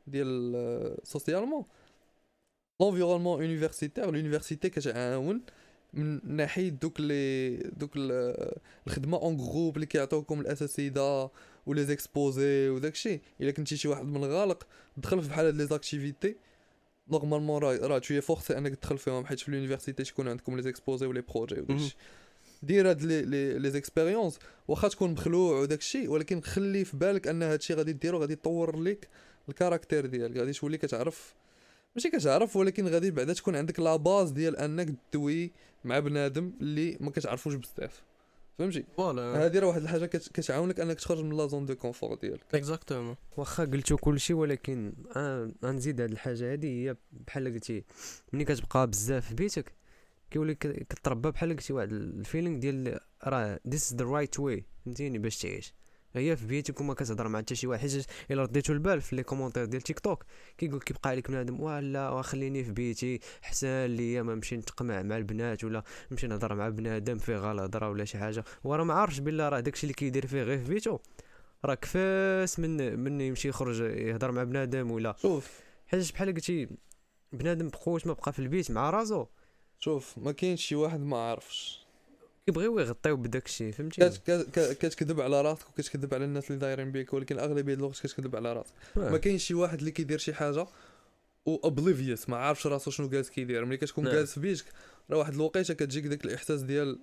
ديال سوسيالمون لونفيرونمون يونيفرسيتير اليونيفرسيتي كتعاون من ناحيه دوك لي دوك الخدمه اون جروب اللي كيعطيوكم الاساتذه ولي زيكسبوزي وداكشي. الا كنتي شي واحد من الغالق دخل في بحال هاد لي زاكتيفيتي نورمالمون راه راه توي فورسي انك تدخل فيهم حيت في اليونيفرسيتي تكون عندكم لي زيكسبوزي ولي بروجي وداكشي. دير هاد لي لي لي زيكسبيريونس واخا تكون مخلوع وداكشي ولكن خلي في بالك ان هادشي غادي ديرو غادي يطور ليك الكاركتير ديالك غادي تولي كتعرف ماشي كتعرف ولكن غادي بعدا تكون عندك لا باز ديال انك دوي مع بنادم اللي ما كتعرفوش بزاف فهمتي. فوالا هذه راه واحد الحاجه كتعاونك انك تخرج من لا زون دو كونفور ديالك. اكزاكتومون. واخا قلتو كلشي ولكن آه غنزيد هاد الحاجه هذه هي بحال قلتي ملي كتبقى بزاف في بيتك كيولي كتربى بحال قلتي واحد الفيلينغ ديال راه ذيس ذا رايت واي فهمتيني باش تعيش هي في بيتك وما كتهضر مع حتى شي واحد حيت الا رديتو البال في لي كومونتير ديال تيك توك كيقول كيبقى عليك بنادم ولا خليني في بيتي احسن ليا ما نمشي نتقمع مع البنات ولا نمشي نهضر مع بنادم فيه غير هضره ولا شي حاجه وراه ما عارفش بالله راه داكشي اللي كيدير فيه غير في بيتو راه كفاس من من يمشي يخرج يهضر مع بنادم ولا شوف حيت بحال قلتي بنادم بقوش ما بقى في البيت مع راسو. شوف ما كاينش شي واحد ما عارفش كيبغيو يغطيو بداك الشيء فهمتي كتكذب على راسك وكتكذب على الناس اللي دايرين بيك ولكن اغلبيه الوقت كتكذب على راسك. ما كاينش شي واحد اللي كيدير شي حاجه و اوبليفيوس ما عارفش راسو شنو جالس كيدير. ملي كتكون جالس في بيتك راه واحد الوقيته كتجيك داك الاحساس ديال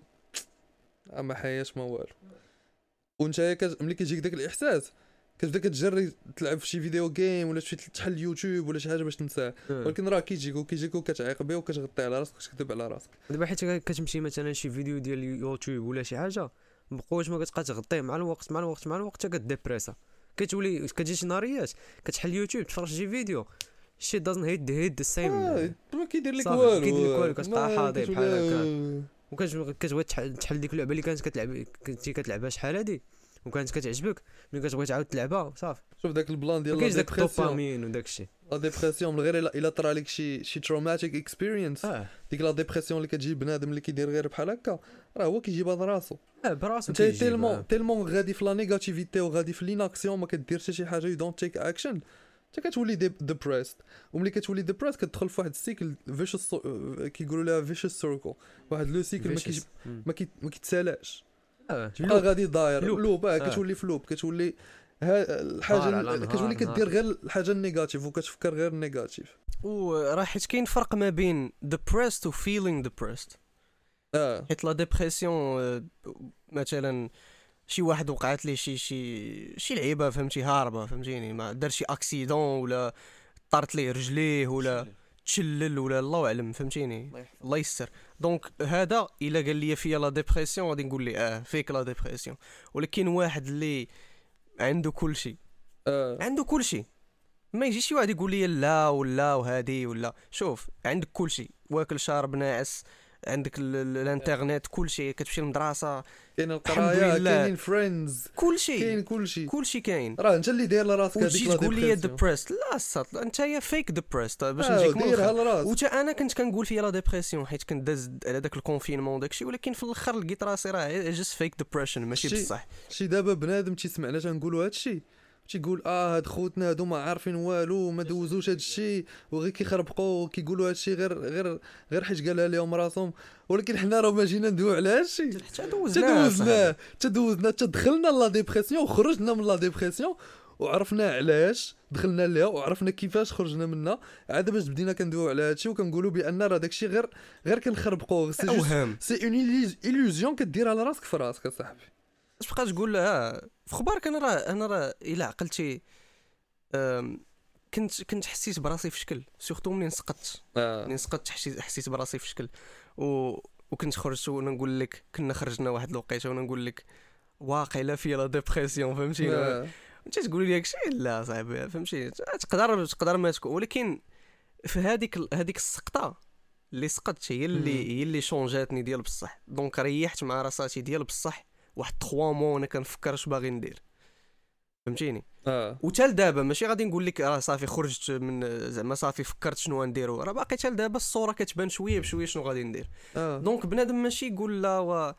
ما حياش ما والو وانت ملي كيجيك داك الاحساس كتبدا كتجري تلعب في شي فيديو جيم ولا تمشي تحل يوتيوب ولا شي حاجه باش تنساه ولكن راه كيجيك وكيجيك وكتعيق به وكتغطي على راسك وكتكذب على راسك. دابا حيت كتمشي مثلا شي فيديو ديال يوتيوب ولا شي حاجه بقوش ما كتبقى تغطيه مع الوقت مع الوقت مع الوقت حتى كديبريسا كتولي كتجي شي ناريات كتحل يوتيوب تفرج شي فيديو شي دازن هيد هيد السيم ما كيدير لك والو كيدير لك والو كتبقى حاضي بحال هكا وكتبغي تحل ديك اللعبه اللي كانت كتلعب كنتي كتلعبها شحال هادي وكانت كتعجبك ملي كتبغي تعاود تلعبها صافي. شوف داك البلان ديال لا ديبرسيون وداك الشيء لا ديبرسيون من غير الا طرا لك شي شي تروماتيك اكسبيرينس آه. ديك لا ديبرسيون اللي كتجي بنادم اللي كيدير غير بحال هكا راه هو كيجيبها براسو اه براسو انت تيلمون تيلمون غادي في لا نيجاتيفيتي وغادي في ليناكسيون ما كدير حتى شي حاجه يو دونت تيك اكشن انت كتولي ديبريست، وملي كتولي ديبريست كتدخل في واحد السيكل فيشوس كيقولوا لها فيشوس سيركل، واحد لو سيكل ما كي ما كي ما كيتسالاش، تبقى غادي داير لوب، كتولي في لوب، كتولي الحاجه كتولي كدير غير الحاجه النيجاتيف وكتفكر غير النيجاتيف. وراه حيت كاين فرق ما بين depressed و feeling depressed. اه حيت لا ديبرسيون مثلا شي واحد وقعت ليه شي شي شي لعيبه فهمتي هاربه فهمتيني، ما دار شي اكسيدون ولا طارت ليه رجليه ولا تشلل ولا الله اعلم فهمتيني، الله يستر. دونك هذا الا قال لي فيا لا ديبرسيون غادي نقول لي اه فيك لا ديبرسيون. ولكن واحد اللي عنده كل شيء آه. عنده كل شيء، ما يجي شي واحد يقول لي لا ولا وهذه ولا، شوف عندك كل شيء، واكل شارب ناعس، عندك الانترنت، كل شيء، كتمشي للمدرسه، كاين القرايه، كاينين فريندز، كل شيء كاين كل شيء كل شيء كاين. راه انت اللي داير لراسك هذيك لا تقول لي ديبرسيون، ديبريست، لا صات انت يا فيك ديبريست باش آه نجيك من ديرها الاخر. لراسك. وتا انا كنت كنقول فيها لا ديبرسيون حيت كنت داز على داك الكونفينمون وداكشي، ولكن في الاخر لقيت راسي راه جست فيك ديبريشن ماشي شي- بصح. شي دابا بنادم تيسمعنا تنقولوا هادشي تيقول اه هاد خوتنا هادو ما عارفين والو، ما دوزوش هادشي وغير كيخربقوا كيقولوا هادشي غير غير غير حيت قالها لهم راسهم، ولكن حنا راه ما جينا ندويو على هادشي، حتى دوزناه تدوزنا تدوزنا تدخلنا لا ديبرسيون وخرجنا من لا ديبرسيون وعرفنا علاش دخلنا ليها وعرفنا كيفاش خرجنا منها، عاد باش بدينا كندويو على هادشي وكنقولوا بان راه داكشي غير غير كنخربقوا، سي جوست اوهام. سي اون ايلوزيون كديرها لراسك في راسك اصاحبي. اش بقى تقول لها في خبارك؟ انا راه انا راه الا عقلتي أم، كنت كنت حسيت براسي في شكل، سورتو منين سقطت آه. منين سقطت حسيت حسيت براسي في شكل و... وكنت خرجت وانا نقول لك كنا خرجنا واحد الوقيته وانا نقول لك واقع لا في لا ديبرسيون فهمتي. آه. انت تقول لي داكشي لا صاحبي فهمتي، تقدر تقدر ما تكون، ولكن في هذيك هذيك السقطه اللي سقطت هي اللي هي اللي شونجاتني ديال بصح. دونك ريحت مع راساتي ديال بصح واحد ثلاثة مو وانا كنفكر اش باغي ندير فهمتيني. اه وتال دابا ماشي غادي نقول لك راه صافي خرجت من زعما صافي فكرت شنو غنديرو، راه باقي تال دابا الصوره كتبان شويه بشويه شنو غادي ندير. اه دونك بنادم ماشي يقول لا و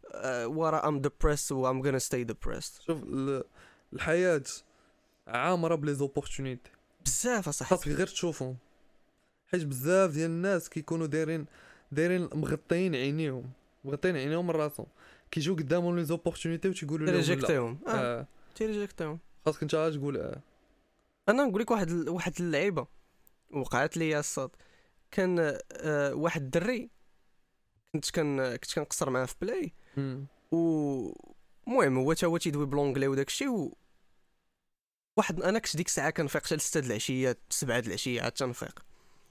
ورا ام ديبريس و ام غانا ستاي ديبريسد. شوف ال- الحياه عامره بلي زوبورتونيتي، بزاف اصاحبي خاصك غير تشوفهم، حيت بزاف ديال الناس كيكونوا دايرين دايرين مغطيين عينيهم مغطيين عينيهم من راسهم، كيجيو قدامهم لي زوبورتونيتي وتيقولوا لهم لا. تيريجيكتيهم اه آه. تيريجيكتيهم. خاصك انت غا تقول اه انا نقول لك واحد واحد اللعيبه وقعت لي الصاد. كان آه واحد الدري كنت كان كنت كنقصر معاه في بلاي، مم. و المهم هو تا هو تيدوي بلونجلي وداكشي، و واحد انا كنت ديك الساعه كنفيق حتى ستة د العشيه سبعة د العشيه عاد تنفيق،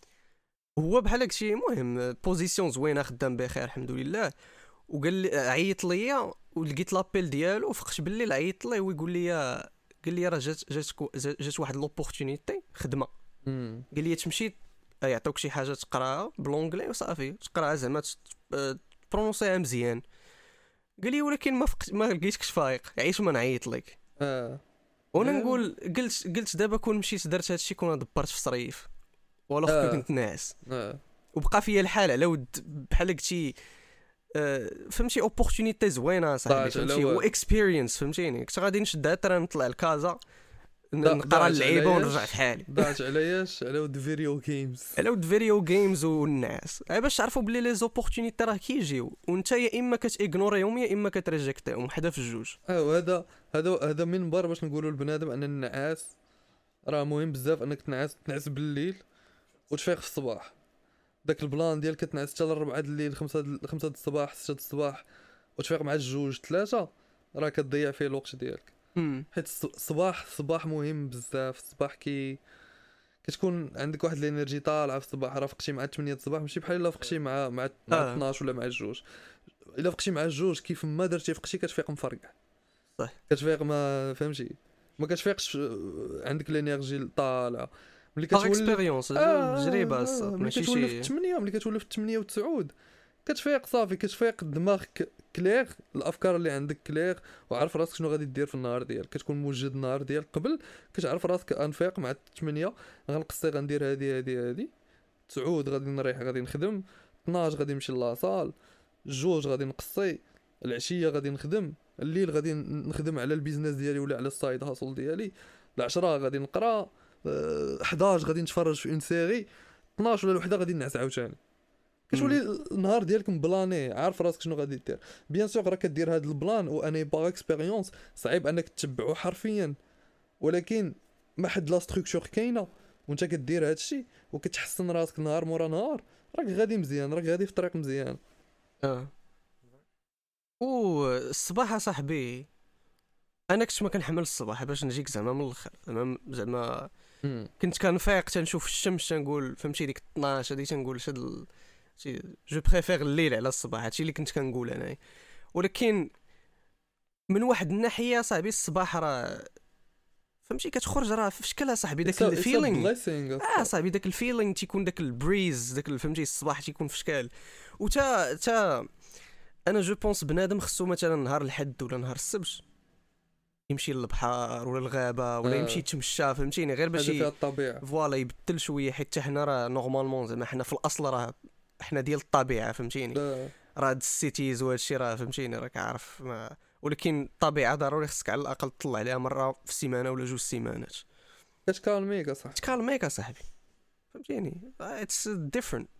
هو بحال هكشي. المهم بوزيسيون زوينه خدام بخير الحمد لله. وقال لي عيط ليا ولقيت لابيل ديالو فقش بالليل عيط ليه ويقول لي قال لي راه جات جات جات واحد لوبورتونيتي خدمه، مم. قال لي تمشي يعطوك شي حاجه تقراها بلونجلي وصافي تقراها زعما تبرونسيها مزيان. قال لي ولكن ما فقت ما لقيتكش فايق عيش ما نعيط لك. اه وانا آه. نقول قلت قلت دابا كون مشيت درت هادشي كون دبرت في صريف ولا آه. كنت ناعس اه وبقى فيا الحال على ود بحال قلتي آه فهمتي اوبورتونيتي زوينه صاحبي طاج على فهمتي واد. و اكسبيرينس فهمتيني. كنت غادي نشد ترى نطلع لكازا ن- دا- نقرا داعش اللعيبه علياش. ونرجع في حالي ضاعت علاش على ود فيديو جيمز. على ود فيديو جيمز والناس غير باش تعرفوا بلي لي زوبورتونيتي راه كيجيو وانت يا اما كتيغنوريهم يا اما كتريجيكتيهم حدا في الجوج. اه وهذا هذا هذا منبر باش نقولوا للبنادم ان النعاس راه مهم بزاف، انك تنعس تنعس بالليل وتفيق في الصباح. داك البلان ديال كتنعس حتى للربعة د الليل، خمسة د خمسة د الصباح، ستة د الصباح وتفيق مع الجوج ثلاثة، راه كتضيع فيه الوقت ديالك. امم حيت الص- الصباح الصباح مهم بزاف. الصباح كي كتكون عندك واحد الانرجي طالعه في الصباح، راه فقتي مع ثمانية د الصباح ماشي بحال الا فقتي مع مع مع آه. اثناش ولا مع الجوج. الا فقتي مع الجوج كيف ما درتي فقتي كتفيق مفرقع، صح. كتفيق ما فهمتي ما كتفيقش آه، عندك الانرجي طالعه. ملي باغ كتولي اكسبيريونس تجربه الصاد ملي ماشي كتولي في شي الثمانية ملي كتولي في الثمانية والتسعود كتفيق صافي، كتفيق دماغك كلير، الافكار اللي عندك كلير، وعارف راسك شنو غادي دير في النهار ديالك. كتكون موجد النهار ديالك قبل، كتعرف راسك انفيق مع الثمانية غنقصي غندير هادي هادي هادي، تسعود غادي نريح غادي نخدم، اثناش غادي نمشي لاصال، جوج غادي نقصي، العشيه غادي نخدم، الليل غادي نخدم على البيزنس ديالي ولا على السايد هاسل ديالي، العشرة غادي نقرا، آه، حداش غادي نتفرج في اون سيري، اثناش ولا الوحده غادي نعس عاوتاني. كتولي النهار ديالك مبلاني، عارف راسك شنو غادي دير. بيان سور راه كدير هذا البلان وانا باغ اكسبيريونس صعيب انك تتبعه حرفيا، ولكن ما حد لا ستركتور كاينه وانت كدير هذا الشيء وكتحسن راسك نهار مورا نهار، راك غادي مزيان، راك غادي في طريق مزيان. اه والصباح صاحبي انا كنت ما كنحمل الصباح باش نجيك زعما من الاخر، زعما زعما كنت كنفيق تنشوف الشمس تنقول فهمتي ديك اثناش هادي تنقول شاد ال... جو بريفير الليل على الصباح، هادشي اللي كنت كنقول انا. ولكن من واحد الناحيه صاحبي الصباح راه فهمتي كتخرج راه في شكل صاحبي داك الفيلينغ اه صاحبي داك الفيلينغ تيكون داك البريز داك فهمتي الصباح تيكون في شكل. وتا تا انا جو بونس بنادم خصو مثلا نهار الحد ولا نهار السبت يمشي للبحر ولا الغابه ولا آه. يمشي يتمشى فهمتيني غير باش فيها الطبيعه فوالا يبدل شويه، حيت حنا راه نورمالمون زعما حنا في الاصل راه حنا ديال الطبيعه فهمتيني. آه. راه هاد السيتيز وهاد الشيء راه فهمتيني راك عارف ما... ولكن الطبيعه ضروري خصك على الاقل تطلع عليها مره في السيمانه ولا جوج سيمانات كتكالميك اصاحبي، تكالميك اصاحبي فهمتيني. اتس ديفرنت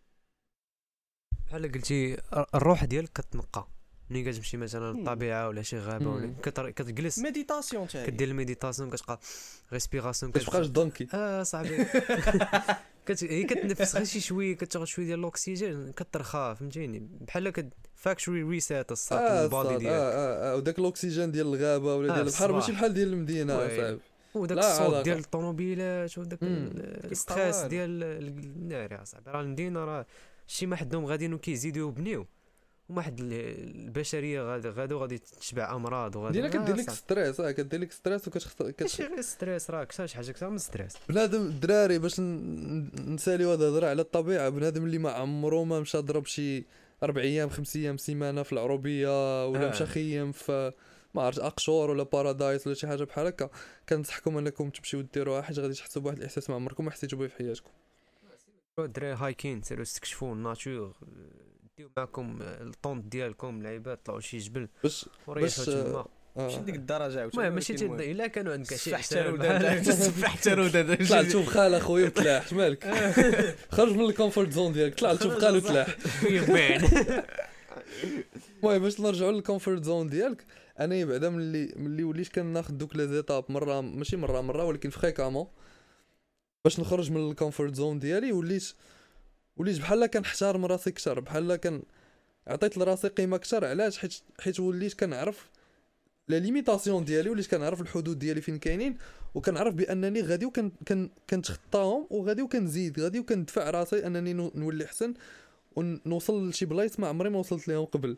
بحال قلتي الروح ديالك كتنقى ملي كتمشي مثلا للطبيعه ولا شي غابه ولا كتر... كتجلس ميديتاسيون تاعي كدير الميديتاسيون كتبقى ريسبيراسيون كتبقاش دونكي اه صاحبي كت هي كتنفس غير شي شويه كتاخذ شويه ديال الاكسجين كترخى فهمتيني بحال كد فاكتوري ريسيت الصاط آه البادي ديالك. اه اه اه وداك الاكسجين ديال الغابه ولا آه ديال البحر ماشي الصباح. بحال ديال المدينه وي. صاحبي. وداك لا الصوت علاقة. ديال الطوموبيلات وداك مم. الستريس والو. ديال النار يا صاحبي. راه المدينه راه شي ما حدهم غاديين وكيزيدوا يبنيو وما حد البشريه غادي غادو غادي تشبع امراض وغادي دينا كدير لك ستريس، اه كدير لك ستريس وكتخسر ماشي غير ستريس راه كثر شي حاجه اكثر من ستريس. بنادم الدراري باش ن- نساليو هذا الهضره على الطبيعه. بنادم اللي ما عمرو ما مشى ضرب شي اربع ايام خمس ايام سيمانه في العروبيه ولا آه. مشى خيم في ما عرفت اقشور ولا بارادايس ولا شي حاجه بحال هكا، كنصحكم انكم تمشيو ديروها حيت غادي تحسوا بواحد الاحساس ما عمركم ما حسيتوا به في حياتكم. الدراري هايكين سيروا استكشفوا الناتور، ديو معكم الطونط ديالكم لعيبات طلعوا شي جبل باش وريحوا باش تما. ماشي آه. ديك الدرجه عاوتاني المهم ماشي تي الا كانوا عندك شي حتى احسان الوداد تصفح حتى الوداد طلع تشوف خال اخويا وتلاح مالك خرج من الكومفورت زون ديالك، طلع تشوف خال وتلاح. يبان المهم باش نرجعوا للكومفورت زون ديالك، انا بعدا ملي ملي وليت كناخذ دوك لي زيتاب مره ماشي مره مره ولكن فريكامون باش نخرج من الكومفورت زون ديالي، وليت وليت بحال كنحترم راسي كثر، بحال كان عطيت لراسي قيمه كثر. علاش؟ حيت حيت وليت كنعرف لا ليميتاسيون ديالي، وليت كنعرف الحدود ديالي فين كاينين، وكنعرف بانني غادي وكن كن كنتخطاهم وغادي وكنزيد غادي وكندفع راسي انني نو- نولي احسن ونوصل لشي بلايص ما عمري ما وصلت ليهم قبل.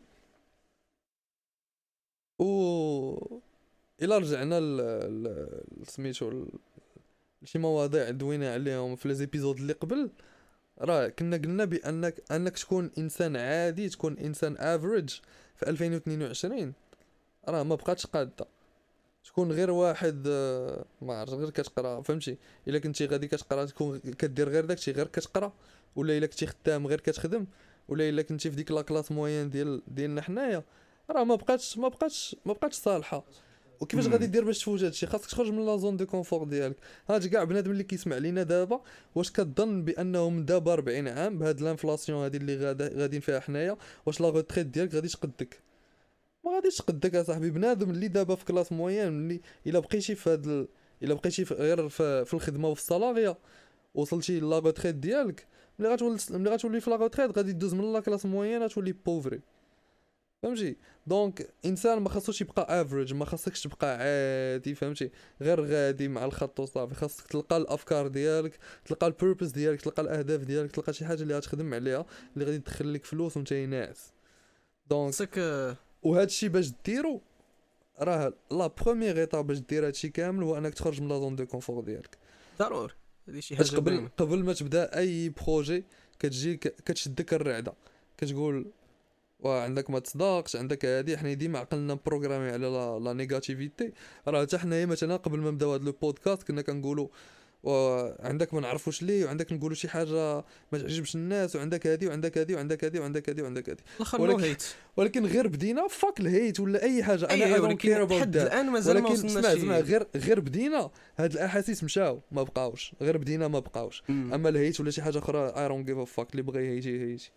و الا رجعنا ل ل- سميتو ل- لشي مواضيع دوينا عليهم في لي زيبيزود اللي قبل، راه كنا قلنا بانك انك تكون انسان عادي، تكون انسان افريج في ألفين واثنين وعشرين راه ما بقاتش قاده. تكون غير واحد آه، ما عرفت غير كتقرا فهمتي. الا كنتي غادي كتقرا تكون كدير غير داكشي غير كتقرا، ولا الا كنتي خدام غير كتخدم، ولا الا كنتي في ديك لا كلاس موين ديال ديالنا حنايا، راه ما بقاتش ما بقاتش ما بقاتش صالحه. وكيفاش مم. غادي دير باش تفوت هادشي؟ خاصك تخرج من لا زون دو كونفور ديالك. هاد كاع بنادم اللي كيسمع لينا دابا، واش كتظن بانهم دابا أربعين عام بهاد الانفلاسيون هادي اللي غادا غاديين فيها حنايا، واش لا روتريت ديالك غادي تقدك؟ ما غاديش تقدك اصاحبي. بنادم اللي دابا في كلاس موين، اللي الا بقيتي في هاد ال... الا بقيتي في غير في, في الخدمه وفي الصالاريا وصلتي لا روتريت ديالك، ملي غتولي ملي غتولي في لا روتريت غادي دوز من لا كلاس موين غتولي بوفري فهمتي. دونك انسان ما خاصوش يبقى افريج، ما خاصكش تبقى عادي فهمتي، غير غادي مع الخط وصافي. خاصك تلقى الافكار ديالك، تلقى البيربز ديالك، تلقى الاهداف ديالك، تلقى شي حاجه اللي غتخدم عليها اللي غادي تدخل لك فلوس وانت ناعس. دونك خصك وهذا الشيء باش ديرو راه لا بروميير ايطاب باش دير هادشي كامل هو انك تخرج من لا زون دو كونفور ديالك. ضروري هذه شي باش حاجه قبل باينة. قبل ما تبدا اي بروجي كتجي كتشدك الرعده، كتقول وا عندك ما تصدقش عندك هادي. حنا ديما عقلنا بروغرامي على لا, لا نيجاتيفيتي. راه حتى حنايا مثلا قبل ما نبداو هذا لو بودكاست كنا كنقولوا وعندك ما نعرفوش ليه، وعندك نقولوا شي حاجه ما تعجبش الناس، وعندك هذه وعندك هذه وعندك هذه وعندك هذه وعندك هذه. الاخر ولكن- نو هيت. ولكن غير بدينا فاك الهيت ولا اي حاجه، انا اي I don't ولكن care about لحد that. الان مازال ما ولكن وصلناش اسمع شي- اسمع غير غير بدينا هاد الاحاسيس مشاو ما بقاوش، غير بدينا ما بقاوش. مم. اما الهيت ولا شي حاجه اخرى I don't give a fuck، اللي بغى يهيجي يهيجي.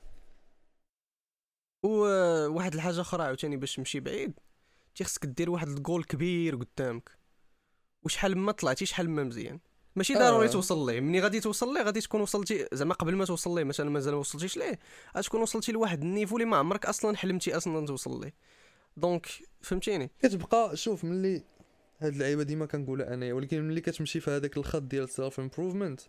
وواحد الحاجه اخرى عاوتاني باش تمشي بعيد، تيخصك دير واحد الجول كبير قدامك، وشحال ما طلعتي شحال ما مزيان، ماشي ضروري آه. توصل ليه. ملي غادي توصل ليه غادي تكون وصلتي زعما قبل ما توصل ليه، مثلا مازال ما وصلتيش ليه، غتكون وصلتي لواحد النيفو اللي ما عمرك اصلا حلمتي اصلا توصل ليه. دونك فهمتيني. كتبقى شوف ملي هاد اللعيبه ديما كنقولها انايا، ولكن ملي كتمشي في هذاك الخط ديال السيلف امبروفمنت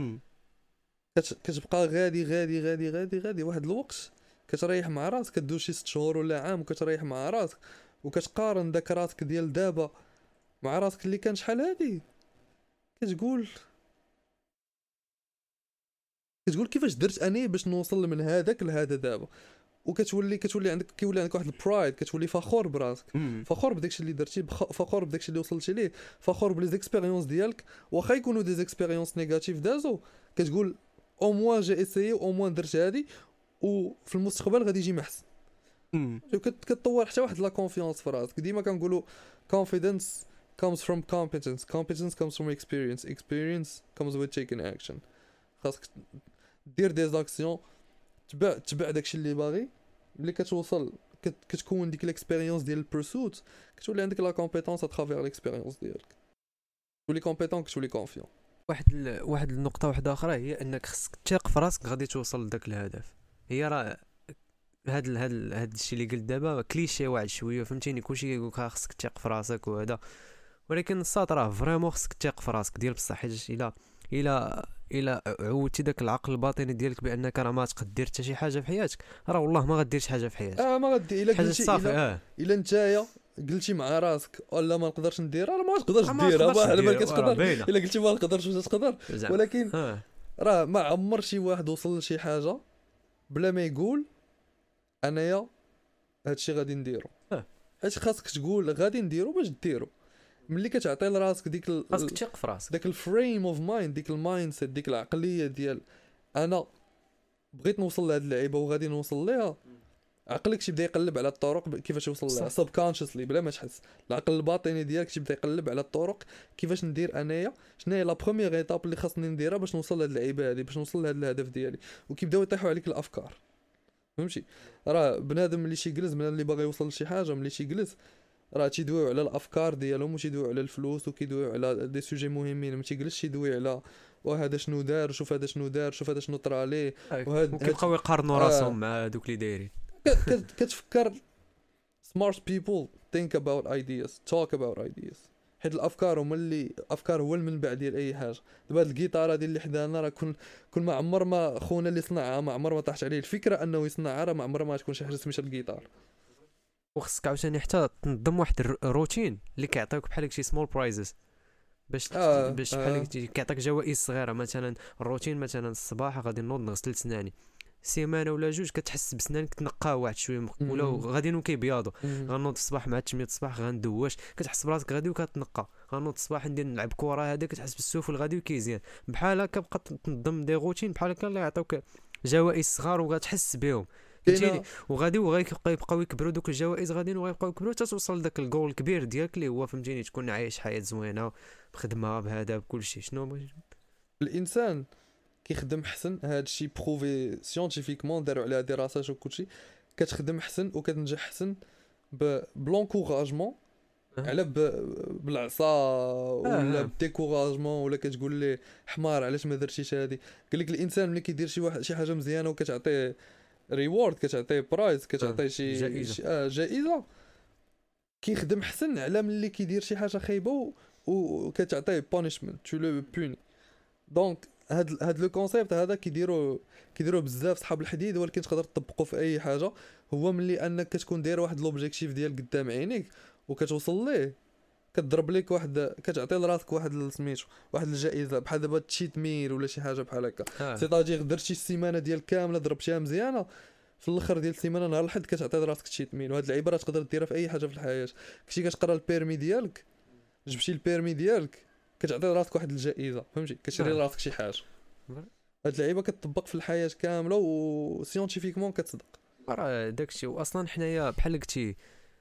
كتبقى غادي غادي غادي غادي غادي واحد الوقت كتريح مع راسك، كدوز شي ست شهور ولا عام وكتريح مع راسك وكتقارن داك راسك ديال دابا مع راسك اللي كان شحال هادي، كتقول كتقول كيفاش درت اني باش نوصل من هذاك لهذا دابا. وكتولي كتولي عندك كيولي عندك واحد البرايد، كتولي فخور براسك، فخور بداكشي اللي درتي، بخ- فخور بداكشي اللي وصلتي ليه، فخور بلي زيكسبيريونس ديالك، واخا يكونوا دي زيكسبيريونس نيجاتيف دازو، كتقول او موان جا اسيي او موان درت هادي، وفي المستقبل غادي يجي محسن. كت- كتطور حتى واحد لا كونفيونس في راسك. ديما كنقولوا confidence comes from competence competence comes from experience experience comes with taking action. خاصك دير دي زاكسيون، تبع تبع داكشي اللي باغي. ملي كتوصل كت- كتكون ديك الاكسبيريونس ديال البرسوت، كتولي عندك لا كومبيتونس اترافير الاكسبيريونس ديالك، تولي كومبيتون، كتولي كونفيون. واحد ال... واحد النقطه واحده اخرى هي انك خصك تثق في راسك غادي توصل لذاك الهدف. هي راه هاد ال... هاد ال... هاد الشيء اللي قلت دابا كليشيه واحد شويه، فهمتيني، كلشي كيقول لك خصك تثق في راسك وهذا، ولكن الصاد راه فريمون خصك تثق في راسك ديال بصح، حيت الا الا الا عودتي داك العقل الباطني ديالك بانك راه ما تقدر حتى شي حاجه في حياتك، راه والله ما غدير شي حاجه في حياتك. اه ما غادي الا حاجه قلتي صافي. الا, اه إلا نتايا قلتي مع راسك ولا ما نقدرش نديرها، راه ما تقدرش آه، ما ديرها، تقدرش ما على بالك دير، راه تقدر. باينة. الا قلتي ما نقدرش واش تقدر. زعما. ولكن اه راه ما عمر شي واحد وصل لشي حاجه بلا ما يقول انايا هادشي غادي نديرو. اه. حيت خاصك تقول غادي نديرو باش ديرو. ملي كتعطي لراسك ديك ال... خاصك تثق في راسك. داك الفريم اوف مايند، ديك المايند سيت، ديك العقليه ديال انا بغيت نوصل لهاد اللعيبه وغادي نوصل ليها، عقلك تيبدا يقلب على الطرق كيفاش يوصل لها صح. سبكونشسلي بلا ما تحس. العقل الباطني ديالك تيبدا يقلب على الطرق كيفاش ندير انايا، شنو هي لا بروميير ايتاب اللي خاصني نديرها باش نوصل لهاد اللعيبه هادي، باش نوصل لهاد الهدف ديالي. وكيبداو يطيحوا عليك الافكار، فهمتي. راه بنادم اللي تيجلس، بنادم اللي باغي يوصل لشي حاجه ملي تيجلس راه تيدويو على الافكار ديالهم، وتيدويو على الفلوس، وكيدويو على دي سوجي مهمين. ما تيجلسش يدوي على وهذا شنو دار، شوف هذا شنو دار، شوف هذا شنو طرا عليه. وهاد- وكيبقاو يقارنوا آه. راسهم مع دوك اللي دايرين. ك- كت- كتفكر smart people think about ideas talk about ideas. حيت الافكار هما اللي افكار هو المنبع ديال اي حاجه. دابا هاد الجيتار هادي اللي حدانا راه كل كل ما عمر ما خونا اللي صنعها ما عمر ما طاحت عليه الفكره انه يصنعها، راه ما عمرها ما تكون شي حاجه سميتها الجيتار. وخصك عاوتاني حتى تنظم واحد الر- الروتين اللي كيعطيوك بحال شي سمول برايزز باش آه، باش آه. بحال كيعطيك جوائز صغيره. مثلا الروتين، مثلا الصباح غادي نوض نغسل سناني، سيمانه ولا جوج كتحس بسنانك تنقاو واحد شويه مخ- ولا مم. غاديين كيبياضوا. مم. غنوض الصباح مع تمية الصباح غندواش، كتحس براسك غادي وكتنقى. غنوض الصباح ندير نلعب كره، هذا كتحس بالسوفل غادي وكيزيان. بحال هكا بقى تنظم دي روتين بحال هكا اللي يعطيوك جوائز صغار وغتحس بهم، فهمتيني. كاينه وغادي وغيبقى يبقاو يكبروا دوك الجوائز غاديين وغيبقاو يكبروا حتى توصل لذاك الجول الكبير ديالك اللي هو فهمتيني تكون عايش حياه زوينه بخدمه بهذا بكل شيء. شنو بغيت- الانسان كيخدم حسن، هذا الشيء بروفي سيانتيفيكمون، داروا عليها دراسات وكلشي. كتخدم حسن وكتنجح حسن ب بلونكوراجمون، أه. على ب... بالعصا ولا أه. بديكوراجمون، ولا كتقول ليه حمار علاش ما درتيش هادي. قال لك الانسان ملي كيدير شي واحد شي حاجه مزيانه وكتعطيه ريورد، كتعطيه برايز، كتعطيه شي جائزة. شي- آه جائزه، كيخدم حسن على ملي كيدير شي حاجه خايبه و- وكتعطيه بونيشمنت تو لو بوني. دونك هاد هاد لو كونسيبت هذا كيديروا كيديروا بزاف صحاب الحديد، ولكن تقدر تطبقه في اي حاجه. هو ملي انك كتكون داير واحد لوبجيكتيف ديال قدام عينيك وكتوصل ليه، كتضرب لك واحد، كتعطي لراسك واحد سميتو واحد الجائزه بحال دابا تشيت ميل ولا شي حاجه بحال هكا. آه. سيتاجير درتي السيمانه ديال كامله ضربتيها مزيانه، في الاخر ديال السيمانه نهار الاحد كتعطي لراسك تشيت ميل. وهاد اللعيبه راه تقدر ديرها في اي حاجه في الحياه. كنتي كتقرا البيرمي ديالك، جبتي البيرمي ديالك كتعطي راسك واحد الجائزه فهمتي كتشري آه. لراسك شي حاجه فوالا. هاد اللعيبه كتطبق في الحياه كامله وسيونتيفيكمون كتصدق راه داكشي واصلا حنايا بحال قلتي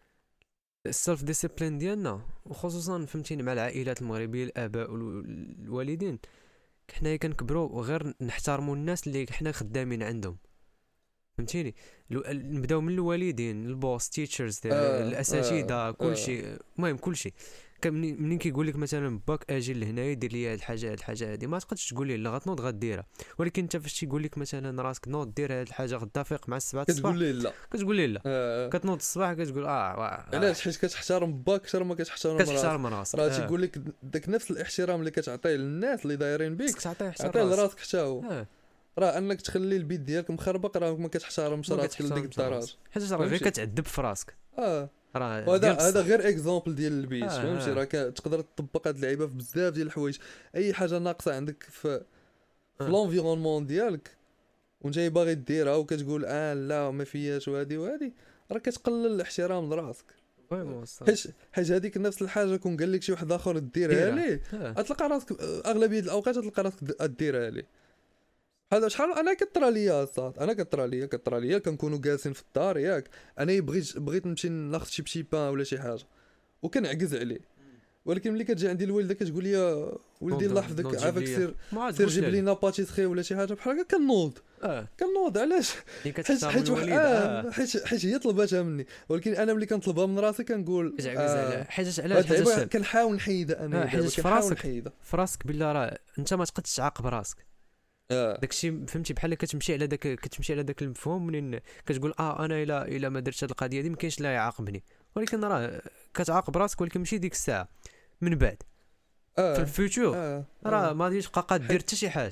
السيلف ديسيبلين ديالنا وخصوصا فهمتيني مع العائلات المغربيه الاباء والوالدين حنايا كنكبروا وغير نحترموا الناس اللي حنا خدامين عندهم فهمتيني لو- نبداو من الوالدين البوس تيتشرز آه، الاساتذه آه، كلشي المهم كلشي كان منين منين كيقول لك مثلا باك اجي لهنايا دير لي هاد الحاجه هاد الحاجه هادي ما تقدش تقول ليه لا غتنوض غديرها ولكن انت فاش تيقول لك مثلا راسك نوض دير هاد الحاجه غدا فيق مع السبعة الصباح كتقول ليه لا كتقول ليه لا آه. كتنوض الصباح كتقول اه واه علاش حيت كتحترم باك اكثر ما كتحترم راسك كتحترم راسك راه آه. تيقول لك داك نفس الاحترام اللي كتعطيه للناس اللي دايرين بيك خصك تعطيه حتى عطيه راسك لراسك حتى هو اه راه انك تخلي البيت ديالك مخربق راه ما كتحترمش ما راسك لديك كتحترمش الدرجه راسك. حيت راه غير فهمتي؟ كتعذب في راسك اه راه وهذا ديال هذا بصح. غير اكزامبل ديال البيت آه، فهمتي آه. راه تقدر تطبق هاد اللعيبه في بزاف ديال الحوايج اي حاجه ناقصه عندك في في آه. لونفيرونمون ديالك وانت باغي ديرها وكتقول اه لا ما فياش وهادي وهادي راه كتقلل الاحترام لراسك فريمون صح. حيت حيت هذيك نفس الحاجه كون قال لك شي واحد اخر ديرها ديرها. ليه آه. غتلقى راسك اغلبيه الاوقات غتلقى راسك د- ديرها ليه هذا شحال انا كطرا ليا الصاد انا كطرا ليا كطرا ليا كنكونوا جالسين في الدار ياك انا بغيت بغيت نمشي ناخذ شي بشي بان ولا شي حاجه وكنعكز عليه ولكن ملي كتجي عندي الوالده كتقول لي ولدي الله نوض- يحفظك نوض جيب عافاك ليا. سير ما عاد سير تقولش جيب عليه. لينا باتيسري ولا شي حاجه بحال هكا كنوض اه كنوض علاش ملي حيت كتحترم حيت واحد- الوالد آه، اه حيت حيت هي طلباتها مني ولكن انا ملي كنطلبها من راسي كنقول كتعكز آه، على حاجه علاش هاد اللعيبة حاجه كنحاول نحيدها آه، انا حاجة دابا في كنحاول راسك. نحيدها في راسك بالله راه انت ما تقدش تعاقب راسك اه داكشي فهمتي بحال كتمشي على داك كتمشي على داك المفهوم منين كتقول اه انا الا الا ما درتش هاد القضيه دي ما كاينش لا يعاقبني ولكن راه كتعاقب راسك ولكن ماشي ديك الساعه من بعد في اه الفيوتشر اه راه آه. ما غاديش تبقى قاد دير حتى شي حاجه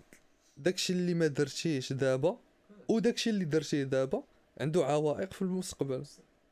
داكشي اللي ما درتيش دابا وداكشي اللي درتيه دابا عنده عوائق في المستقبل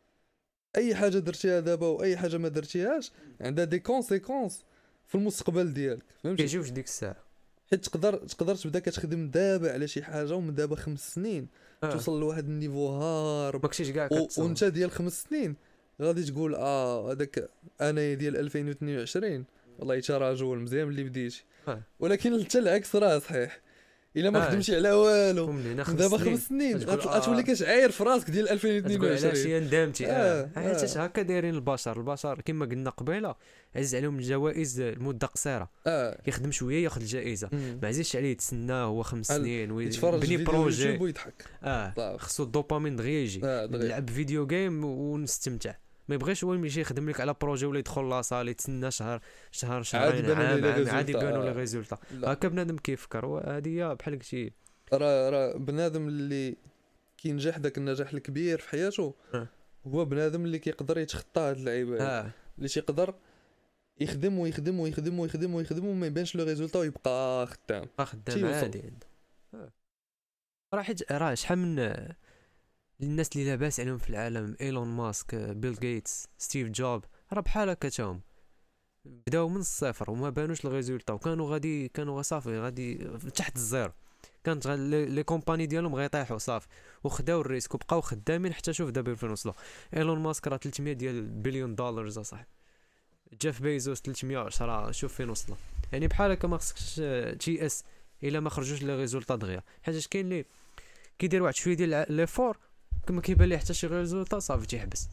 اي حاجه درتيها دابا واي حاجه ما درتيهاش عندها دي كونسيكونس في المستقبل ديالك فهمتي كيجيوش ديك الساعه حيت تقدر تقدر تبدا كتخدم دابا على شي حاجه ومن دابا خمس سنين آه. توصل لواحد النيفو هارب ماكشيش كاع و- كتصور. وانت ديال خمس سنين غادي تقول اه هذاك انا ديال ألفين واثنين وعشرين والله تا رجل مزيان اللي بديتي آه. ولكن حتى العكس راه صحيح الا ما آه. خدمتي على والو فهمني انا من خمس دابا سنين خمس سنين تقول غت- آه. غتولي كتعاير في راسك ديال ألفين واثنين تقول علاش وعشرين هي ندمتي اه آه، حيت آه. هكا دايرين البشر البشر كما قلنا قبيله عز عليهم الجوائز لمده قصيره اه يخدم شويه ياخذ الجائزه مم. ما عزيزش عليه يتسنى هو خمس هل- سنين يتفرج ويبني فيديو بروجي يوتيوب ويضحك اه صافي. خصو الدوبامين دغيا يجي اه دغيا نلعب فيديو جيم ونستمتع ما يبغيش هو يمشي يخدم لك على بروجي ولا يدخل لاصال يتسنى شهر شهر شهرين يبانوا عام لي عام les عاد يبانوا لي résultats. ريزولتا لا. هكا بنادم كيفكر وهذه هي بحال قلتي راه راه بنادم اللي كينجح داك النجاح الكبير في حياته آه. هو بنادم اللي كيقدر يتخطى هاد اللعيبه هادي. اه اللي تيقدر يخدم ويخدم ويخدم ويخدم ويخدم وما يبانش لو ريزولتا ويبقى خدام بقى خدام تيوصل. عادي عنده آه. راه حيت راه شحال من آه، الناس اللي لاباس عليهم في العالم ايلون ماسك آه، بيل غيتس ستيف جوب راه بحال هكا تاهم بداو من الصفر وما بانوش الريزولتا وكانوا غادي كانوا صافي غادي تحت الزيرو كانت غا- لي لي كومباني ديالهم غيطيحوا صافي وخداو الريسك وبقاو خدامين حتى شوف دابا فين وصلوا ايلون ماسك راه ثلاثمية ديال بليون دولار صاحبي جيف بيزوس ثلاثمية وعشرة شوف فين وصلوا يعني بحال هكا ما خصكش تي اس الا ما خرجوش لي ريزولتا دغيا حيت كاين اللي كيدير واحد شويه ديال لي فور كما كيبان ليه حتى شي ريزولتا صافي تيحبس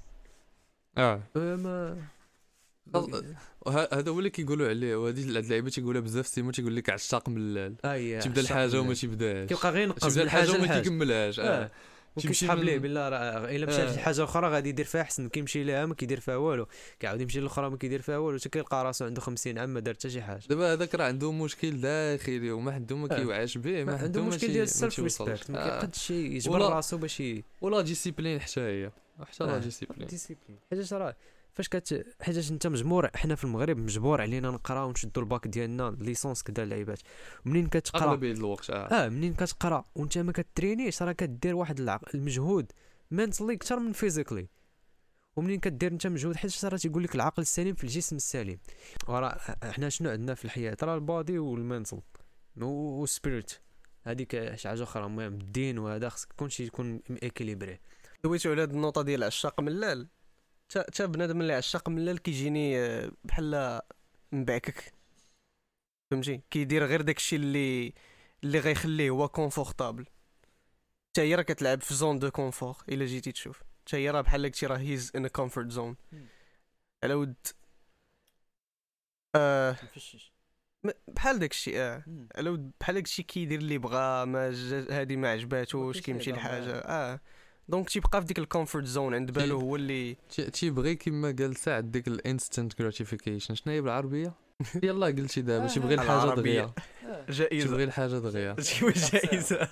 اه أه ما وه- هذا هو اللي كيقولوا عليه وهذه اللعيبه تيقولها بزاف سيمو تيقول لك عشاق ملال اي تبدا الحاجه وما تيبداش كيبقى غير ينقص تبدا من حاجه الحاجه وما لحاجه تيكملهاش اه اه تيمشي وكيسحب من- ليه بالله راه الا مشى آه. لشي حاجه اخرى غادي يدير فيها احسن كيمشي ليها ما كيدير فيها والو كيعاود يمشي للاخرى ما كيدير فيها والو حتى كيلقى راسو عنده خمسين عام ما دار حتى شي حاجه دابا هذاك راه عنده مشكل داخلي وما حدو ما آه. كيوعاش به ما عنده حدو مشكل ماشي- ديال ما السيلف تيوصلش. ريسبكت ما آه. كيقدش يجبر ولا- راسو باش ي- ولا ديسيبلين حتى هي حتى لا آه. ديسيبلين ديسيبلين حيت راه فاش كت حيت انت مجبور حنا في المغرب مجبور علينا نقراو ونشدوا الباك ديالنا ليسونس كدا اللعيبات منين كتقرا اغلبيه الوقت اه اه منين كتقرا وانت ما كترينيش راه كدير واحد العق... المجهود مينتلي اكثر من فيزيكلي ومنين كدير انت مجهود حيت راه تيقول لك العقل السليم في الجسم السليم وراه احنا شنو عندنا في الحياه راه البادي والمنتل والسبيريت هذيك شي حاجه اخرى المهم الدين وهذا خصك كلشي يكون اكيليبري دويتو على هاد النقطه ديال عشاق ملال تا تا بنادم اللي عشاق ملال كيجيني آه، بحال مبعكك فهمتي كيدير غير داكشي اللي اللي غيخليه هو كونفورطابل. حتى هي راه كتلعب في زون دو كونفور. الا جيتي تشوف حتى هي راه بحال قلتي راه هيز ان كومفورت زون على ود آه مفشش م- بحال داكشي اه على ود بحال داكشي كيدير اللي بغا ما جا- هادي ما عجباتوش كيمشي لحاجه اه دونك تيبقى في ديك الكومفورت زون عند بالو هو اللي تي- تيبغي كما قال سعد ديك الانستنت جراتيفيكيشن. شنو هي بالعربيه؟ يلا قلتي دابا تيبغي الحاجه العربية. دغيا، جائزه تيبغي الحاجه دغيا. شي جائزه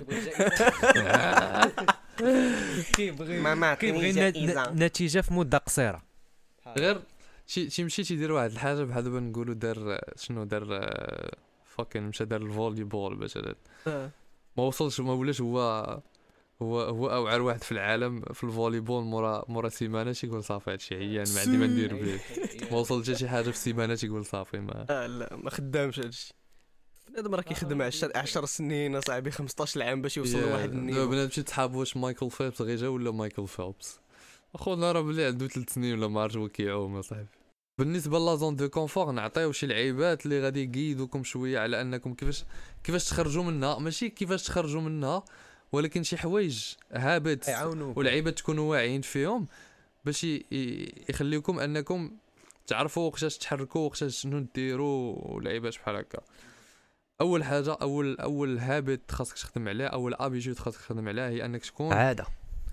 كيبغي ما ما كيبغي جائزه نتيجه في مده قصيره. غير شي تيمشي تيدير واحد الحاجه بحال دابا نقولوا دار شنو دار فاكين مشى دار الفولي بول مثلا، آه. ما وصلش ما ولاش هو هو هو اوعر واحد في العالم في الفولي بول مورا مورا سيمانه تيقول صافي هادشي عيان ما عندي ما ندير به. ما وصلش شي حاجه في سيمانه تيقول صافي ما اه لا ما خدامش هادشي. بنادم راه كيخدم عشر سنين اصاحبي خمسطاش عام باش يوصل لواحد دابا النيفو. بنادم شي تحاب واش مايكل فيلبس غير جا ولا مايكل فيلبس. اخونا راه بلي عنده ثلاث سنين ولا ما عرفت هو كيعوم اصاحبي. بالنسبه لا زون دو كونفور نعطيو شي لعيبات اللي غادي يقيدوكم شويه على انكم كيفاش كيفاش تخرجوا منها، ماشي كيفاش تخرجوا منها ولكن شي حوايج هابط يعاونوك ولعيبه تكونوا واعيين فيهم باش ي- ي- يخليوكم انكم تعرفوا وقتاش تحركوا وقتاش شنو ديروا ولعيبات بحال هكا. اول حاجه اول اول هابط خاصك تخدم عليها، اول ابيجود خاصك تخدم عليها هي انك تكون عاده.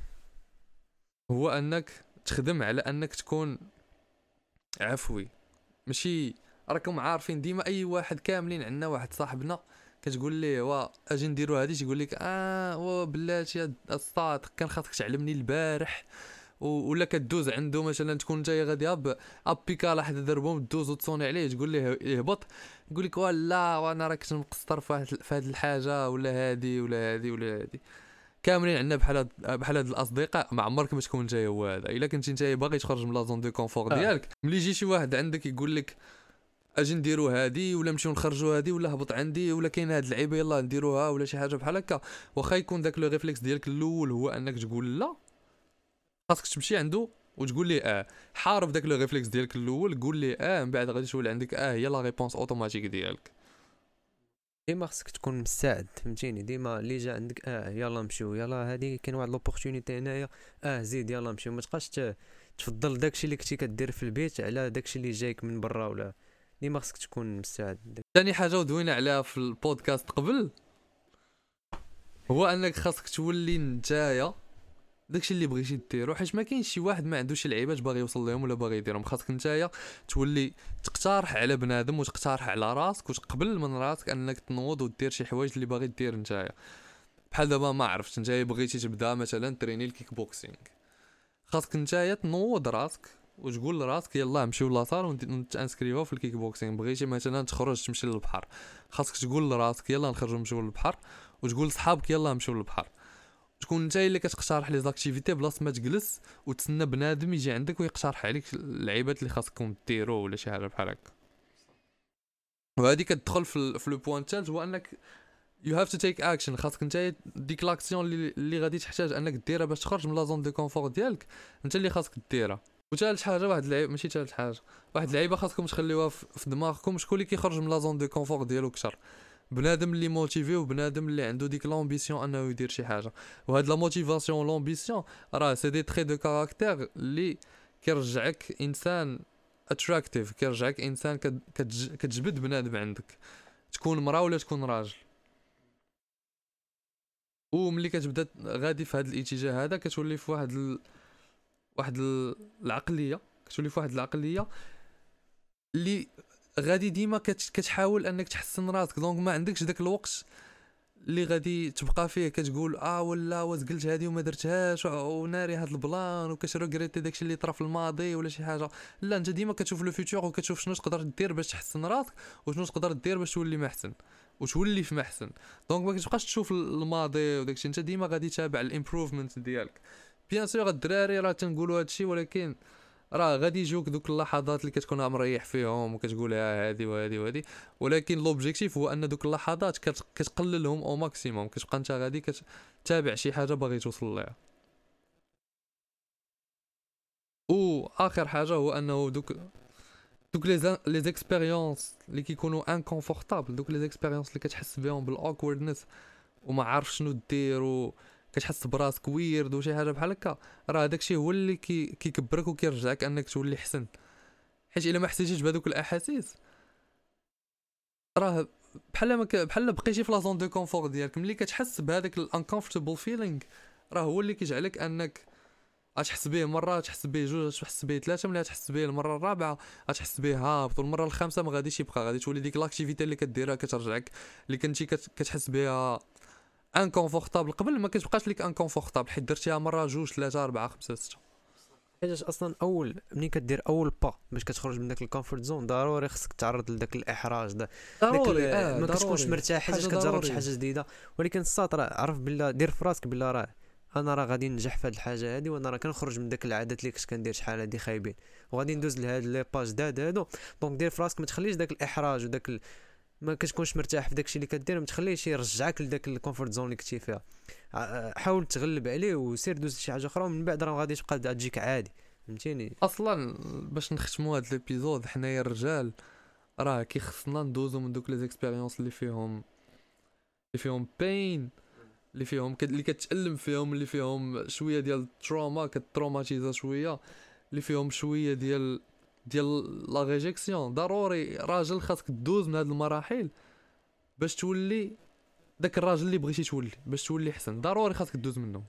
هو انك تخدم على انك تكون عفوي. ماشي راكم عارفين ديما اي واحد كاملين عندنا واحد صاحبنا كتقول ليه وا اجي نديروا هادي تيقول لك اه وا بلاتي الصاد كان خاصك تعلمني البارح و- ولا كدوز عنده مثلا تكون نتايا غادي اب ابيكا على حدا دربهم دوز وتصوني عليه تقول ليه يهبط يقول لك ولا وانا راه كنت مقصر في واحد في هاد الحاجه ولا هادي ولا هادي ولا هادي. كاملين عندنا بحال هاد بحال هاد الاصدقاء ما عمرك ما تكون نتايا هو هذا. الا كنتي نتايا باغي تخرج من لا زون دو كونفور آه. ديالك ملي يجي شي واحد عندك يقول لك اجي نديروا هادي ولا نمشيو نخرجوا هادي ولا هبط عندي ولا كاين هاد اللعيبه يلا نديروها ولا شي حاجه بحال هكا، واخا يكون داك لو ريفلكس ديالك الاول هو انك تقول لا، خاصك تمشي عنده وتقول لي اه. حارب داك لو ريفلكس ديالك الاول قول لي اه، من بعد غادي تولي عندك اه هي لا ريبونس اوتوماتيك ديالك. ديما خصك تكون مستعد فهمتيني. ديما اللي جا عندك اه يلا نمشيو يلا هادي كاين واحد لوبورتونيتي هنايا اه زيد يلا نمشيو. ما تبقاش ت- تفضل داكشي اللي كنتي كدير في البيت على داكشي اللي جايك من برا. ولا ديما خصك تكون مستعد. ثاني حاجه ودوينا عليها في البودكاست قبل هو انك خاصك تولي نتايا داكشي اللي بغيتي ديرو، حيت ما كاينش شي واحد ما عندوش شي لعيبات باغي يوصل لهم ولا باغي يديرهم. خاصك نتايا تولي تقترح على بنادم وتقترح على راسك وتقبل من راسك انك تنوض ودير شي حوايج اللي باغي دير نتايا. بحال دابا ما عرفتش نتايا بغيتي تبدا مثلا تريني الكيك بوكسينغ، خاصك نتايا تنوض راسك وتقول لراسك يلا نمشيو لاصال ونتانسكريفاو في الكيك بوكسينغ. بغيتي مثلا تخرج تمشي للبحر، خاصك تقول لراسك يلا نخرجوا نمشيو للبحر، وتقول لصحابك يلا نمشيو للبحر. تكون نتايا اللي كتقترح لي زاكتيفيتي بلاص ما تجلس وتسنى بنادم يجي عندك ويقترح عليك اللعيبات اللي خاصكم ديروا ولا شي حاجه بحال هكا. وهذه كتدخل في ال- في لو بوين الثالث هو انك يو هاف تو تيك اكشن. خاصك نتايا ديك لاكسيون اللي اللي غادي تحتاج انك ديرها باش تخرج من لا زون دو كونفور ديالك انت اللي خاصك ديرها. وثالث حاجه واحد اللعيب ماشي ثالث حاجه واحد اللعيبه خاصكم تخليوها في في دماغكم. شكون اللي كيخرج من لا زون دو كونفور ديالو اكثر؟ بنادم اللي موتيفي وبنادم اللي عنده ديك لامبيسيون انه يدير شي حاجه. وهاد لا موتيفاسيون لامبيسيون راه سي دي تري دو كاركتير اللي كيرجعك انسان اتراكتيف، كيرجعك انسان كت- كتج- كتجبد بنادم عندك، تكون مراه ولا تكون راجل. وملي كتبدا غادي في هذا الاتجاه هذا كتولي في واحد ال... واحد ال- العقليه كتولي في واحد العقليه اللي غادي ديما كت... كتحاول انك تحسن راسك. دونك ما عندكش داك الوقت اللي غادي تبقى فيه كتقول اه ولا واش قلت هذه وما درتهاش وناري هذا البلان وكتروغريتي داكشي اللي طرا في الماضي ولا شي حاجه. لا، انت ديما كتشوف لو فيوتور وكتشوف شنو تقدر دير باش تحسن راسك وشنو تقدر دير باش تولي محسن وتولي في محسن. دونك ما كتبقاش تشوف الماضي وداكشي، انت ديما غادي تابع الامبروفمنت ديالك. بيان سور الدراري راه تنقولوا هادشي ولكن راه غادي يجوك دوك اللحظات اللي كتكون مريح فيهم وكتقول ها هادي وهادي وهادي، ولكن لوبجيكتيف هو ان دوك اللحظات كت- كتقللهم او ماكسيموم. كتبقى انت غادي كتتابع شي حاجه باغي توصل لها. واخر حاجه هو انه دوك دوك لي لي زيكسبيريونس اللي كيكونوا انكونفورطابل، دوك لي زيكسبيريونس اللي كتحس بهم بالاوكوردنس وما عارف شنو دير وكتحس براسك ويرد وشي حاجه بحال هكا، راه داكشي هو اللي كي كيكبرك وكيرجعك انك تولي حسن. حيت الا ما حسيتيش بهذوك الاحاسيس راه بحال ما بحال بقيتي في لا زون دو كونفور ديالك. ملي كتحس بهذاك الانكونفورتابل فيلينغ راه هو اللي كيجعلك انك غتحس به مره، تحس به جوج، تحس به ثلاثه، ملي تحس به المره الرابعه غتحس به هابط، والمره الخامسه ما غاديش يبقى، غادي تولي ديك لاكتيفيتي اللي كديرها كترجعك اللي كنتي كتحس بها انكونفورطابل قبل ما كتبقاش ليك انكونفورطابل حيت درتيها مره جوج ثلاثه اربعه خمسه سته. حيت اصلا اول ملي كدير اول با باش كتخرج من داك الكومفورت زون ضروري خصك تعرض لذاك الاحراج ده، ضروري آه ما كتكونش مرتاح حاجه كتجرب شي حاجه جديده. ولكن الساط راه عرف بالله دير في راسك بالله راه انا راه غادي ننجح في هذه الحاجه هذه، وانا راه كنخرج من داك العادات اللي كنت كندير شحال هادي خايبين وغادي ندوز لهاد لي باج داد هادو. دونك دير في راسك ما تخليش داك الاحراج وداك ال... ما كتكونش مرتاح في داكشي اللي كدير، ما تخليهش يرجعك لذاك الكومفورت زون اللي كنتي فيها. حاول تغلب عليه وسير دوز شي حاجه اخرى، ومن بعد راه غادي تبقى تجيك عادي. فهمتيني؟ اصلا باش نختموا هذا الابيزود حنايا الرجال راه كيخصنا ندوزو من دوك لي زيكسبيريونس اللي فيهم اللي فيهم بين، اللي فيهم كد... اللي كتألم فيهم، اللي فيهم شويه ديال التروما، كتروماتيزا شويه، اللي فيهم شويه ديال ديال لا ريجيكسيون. ضروري راجل خاصك تدوز من هاد المراحل باش تولي داك الراجل اللي بغيتي تولي، باش تولي حسن ضروري خاصك تدوز منهم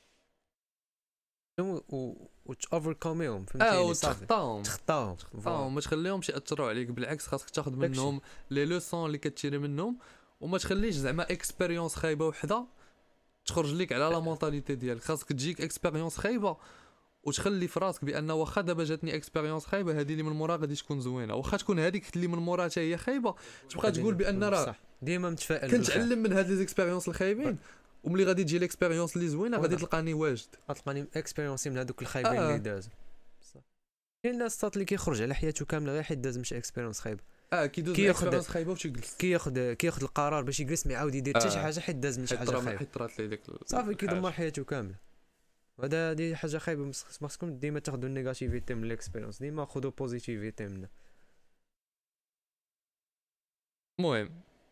و و اوفركوميهم. فهمتيني؟ اه وتخطاهم تخطاهم تخطاهم ما تخليهمش ياثروا عليك، بالعكس خاصك تاخذ منهم لي لوسون اللي كتيري منهم، وما تخليش زعما اكسبيريونس خايبه وحده تخرج لك على لا مونطاليتي ديالك. خاصك تجيك اكسبيريونس خايبه وتخلي في راسك بان واخا دابا جاتني اكسبيريونس خايبه هذه اللي من مورا غادي تكون زوينه، واخا تكون هذيك اللي من مورا حتى هي خايبه تبقى تقول بان راه ديما متفائل كنتعلم من هاد لي زيكسبيريونس الخايبين، وملي غادي تجي ليكسبيريونس اللي زوينه غادي تلقاني واجد، غتلقاني اكسبيريونسي من هذوك الخايبين آه. اللي دازوا. صح كاين الناس اللي كيخرج على حياته كامله غير حيت داز مش اكسبيريونس خايبه، اه كيدوز اكسبيريونس خايبه وتيجلس كياخذ كياخذ القرار باش يجلس ما يعاود يدير حتى شي حاجه حيت داز من شي حاجه خايبه حيت طرات ليه ديك صافي كيدمر حياته كامله. وهذا هذه حاجه خايبه. ما خصكم ديما تاخذوا النيجاتيفيتي من الاكسبيريونس، ديما خذوا بوزيتيفيتي منها. المهم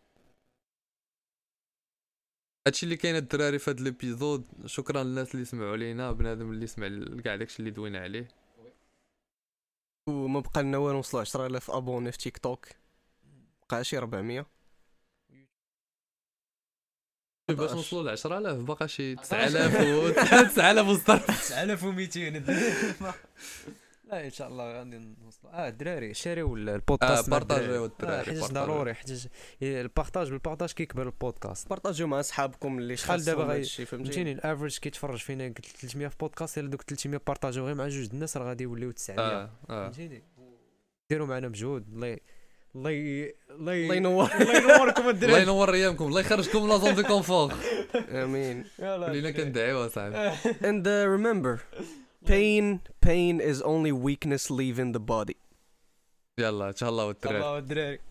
هادشي اللي كاين الدراري في هاد الابيزود. شكرا للناس اللي سمعوا لينا، بنادم اللي سمع كاع داكشي اللي دوينا عليه، وما بقى لنا والو نوصلوا عشرة آلاف ابوني في تيك توك، بقى شي أربعمية باش نوصلوا ل عشرة آلاف باقا شي تسعة آلاف و تسعة آلاف وصفر تسعة آلاف ومئتين. لا ان شاء الله غادي نوصلوا. اه الدراري شاريو البودكاست، آه بارطاجيو الدراري، حيت ضروري حيت البارطاج بالبارطاج كيكبر البودكاست. بارطاجيو مع اصحابكم اللي شحال دابا غادي شي فهمتيني الافريج كيتفرج فينا قلت ثلاثمية في بودكاست، الا دوك ثلاثمية بارطاجيو غير مع جوج الناس راه غادي يوليو تسعمية. اه اه فهمتيني؟ ديروا معنا مجهود. الله الله الله ينور الله ينوركم الدراري، الله ينور ايامكم، الله يخرجكم من لا زون دو كونفور. امين. ولينا كندعيو اصاحبي. And uh, remember pain pain is only weakness leaving the body. يلا تهلاو الدراري. الله الدراري.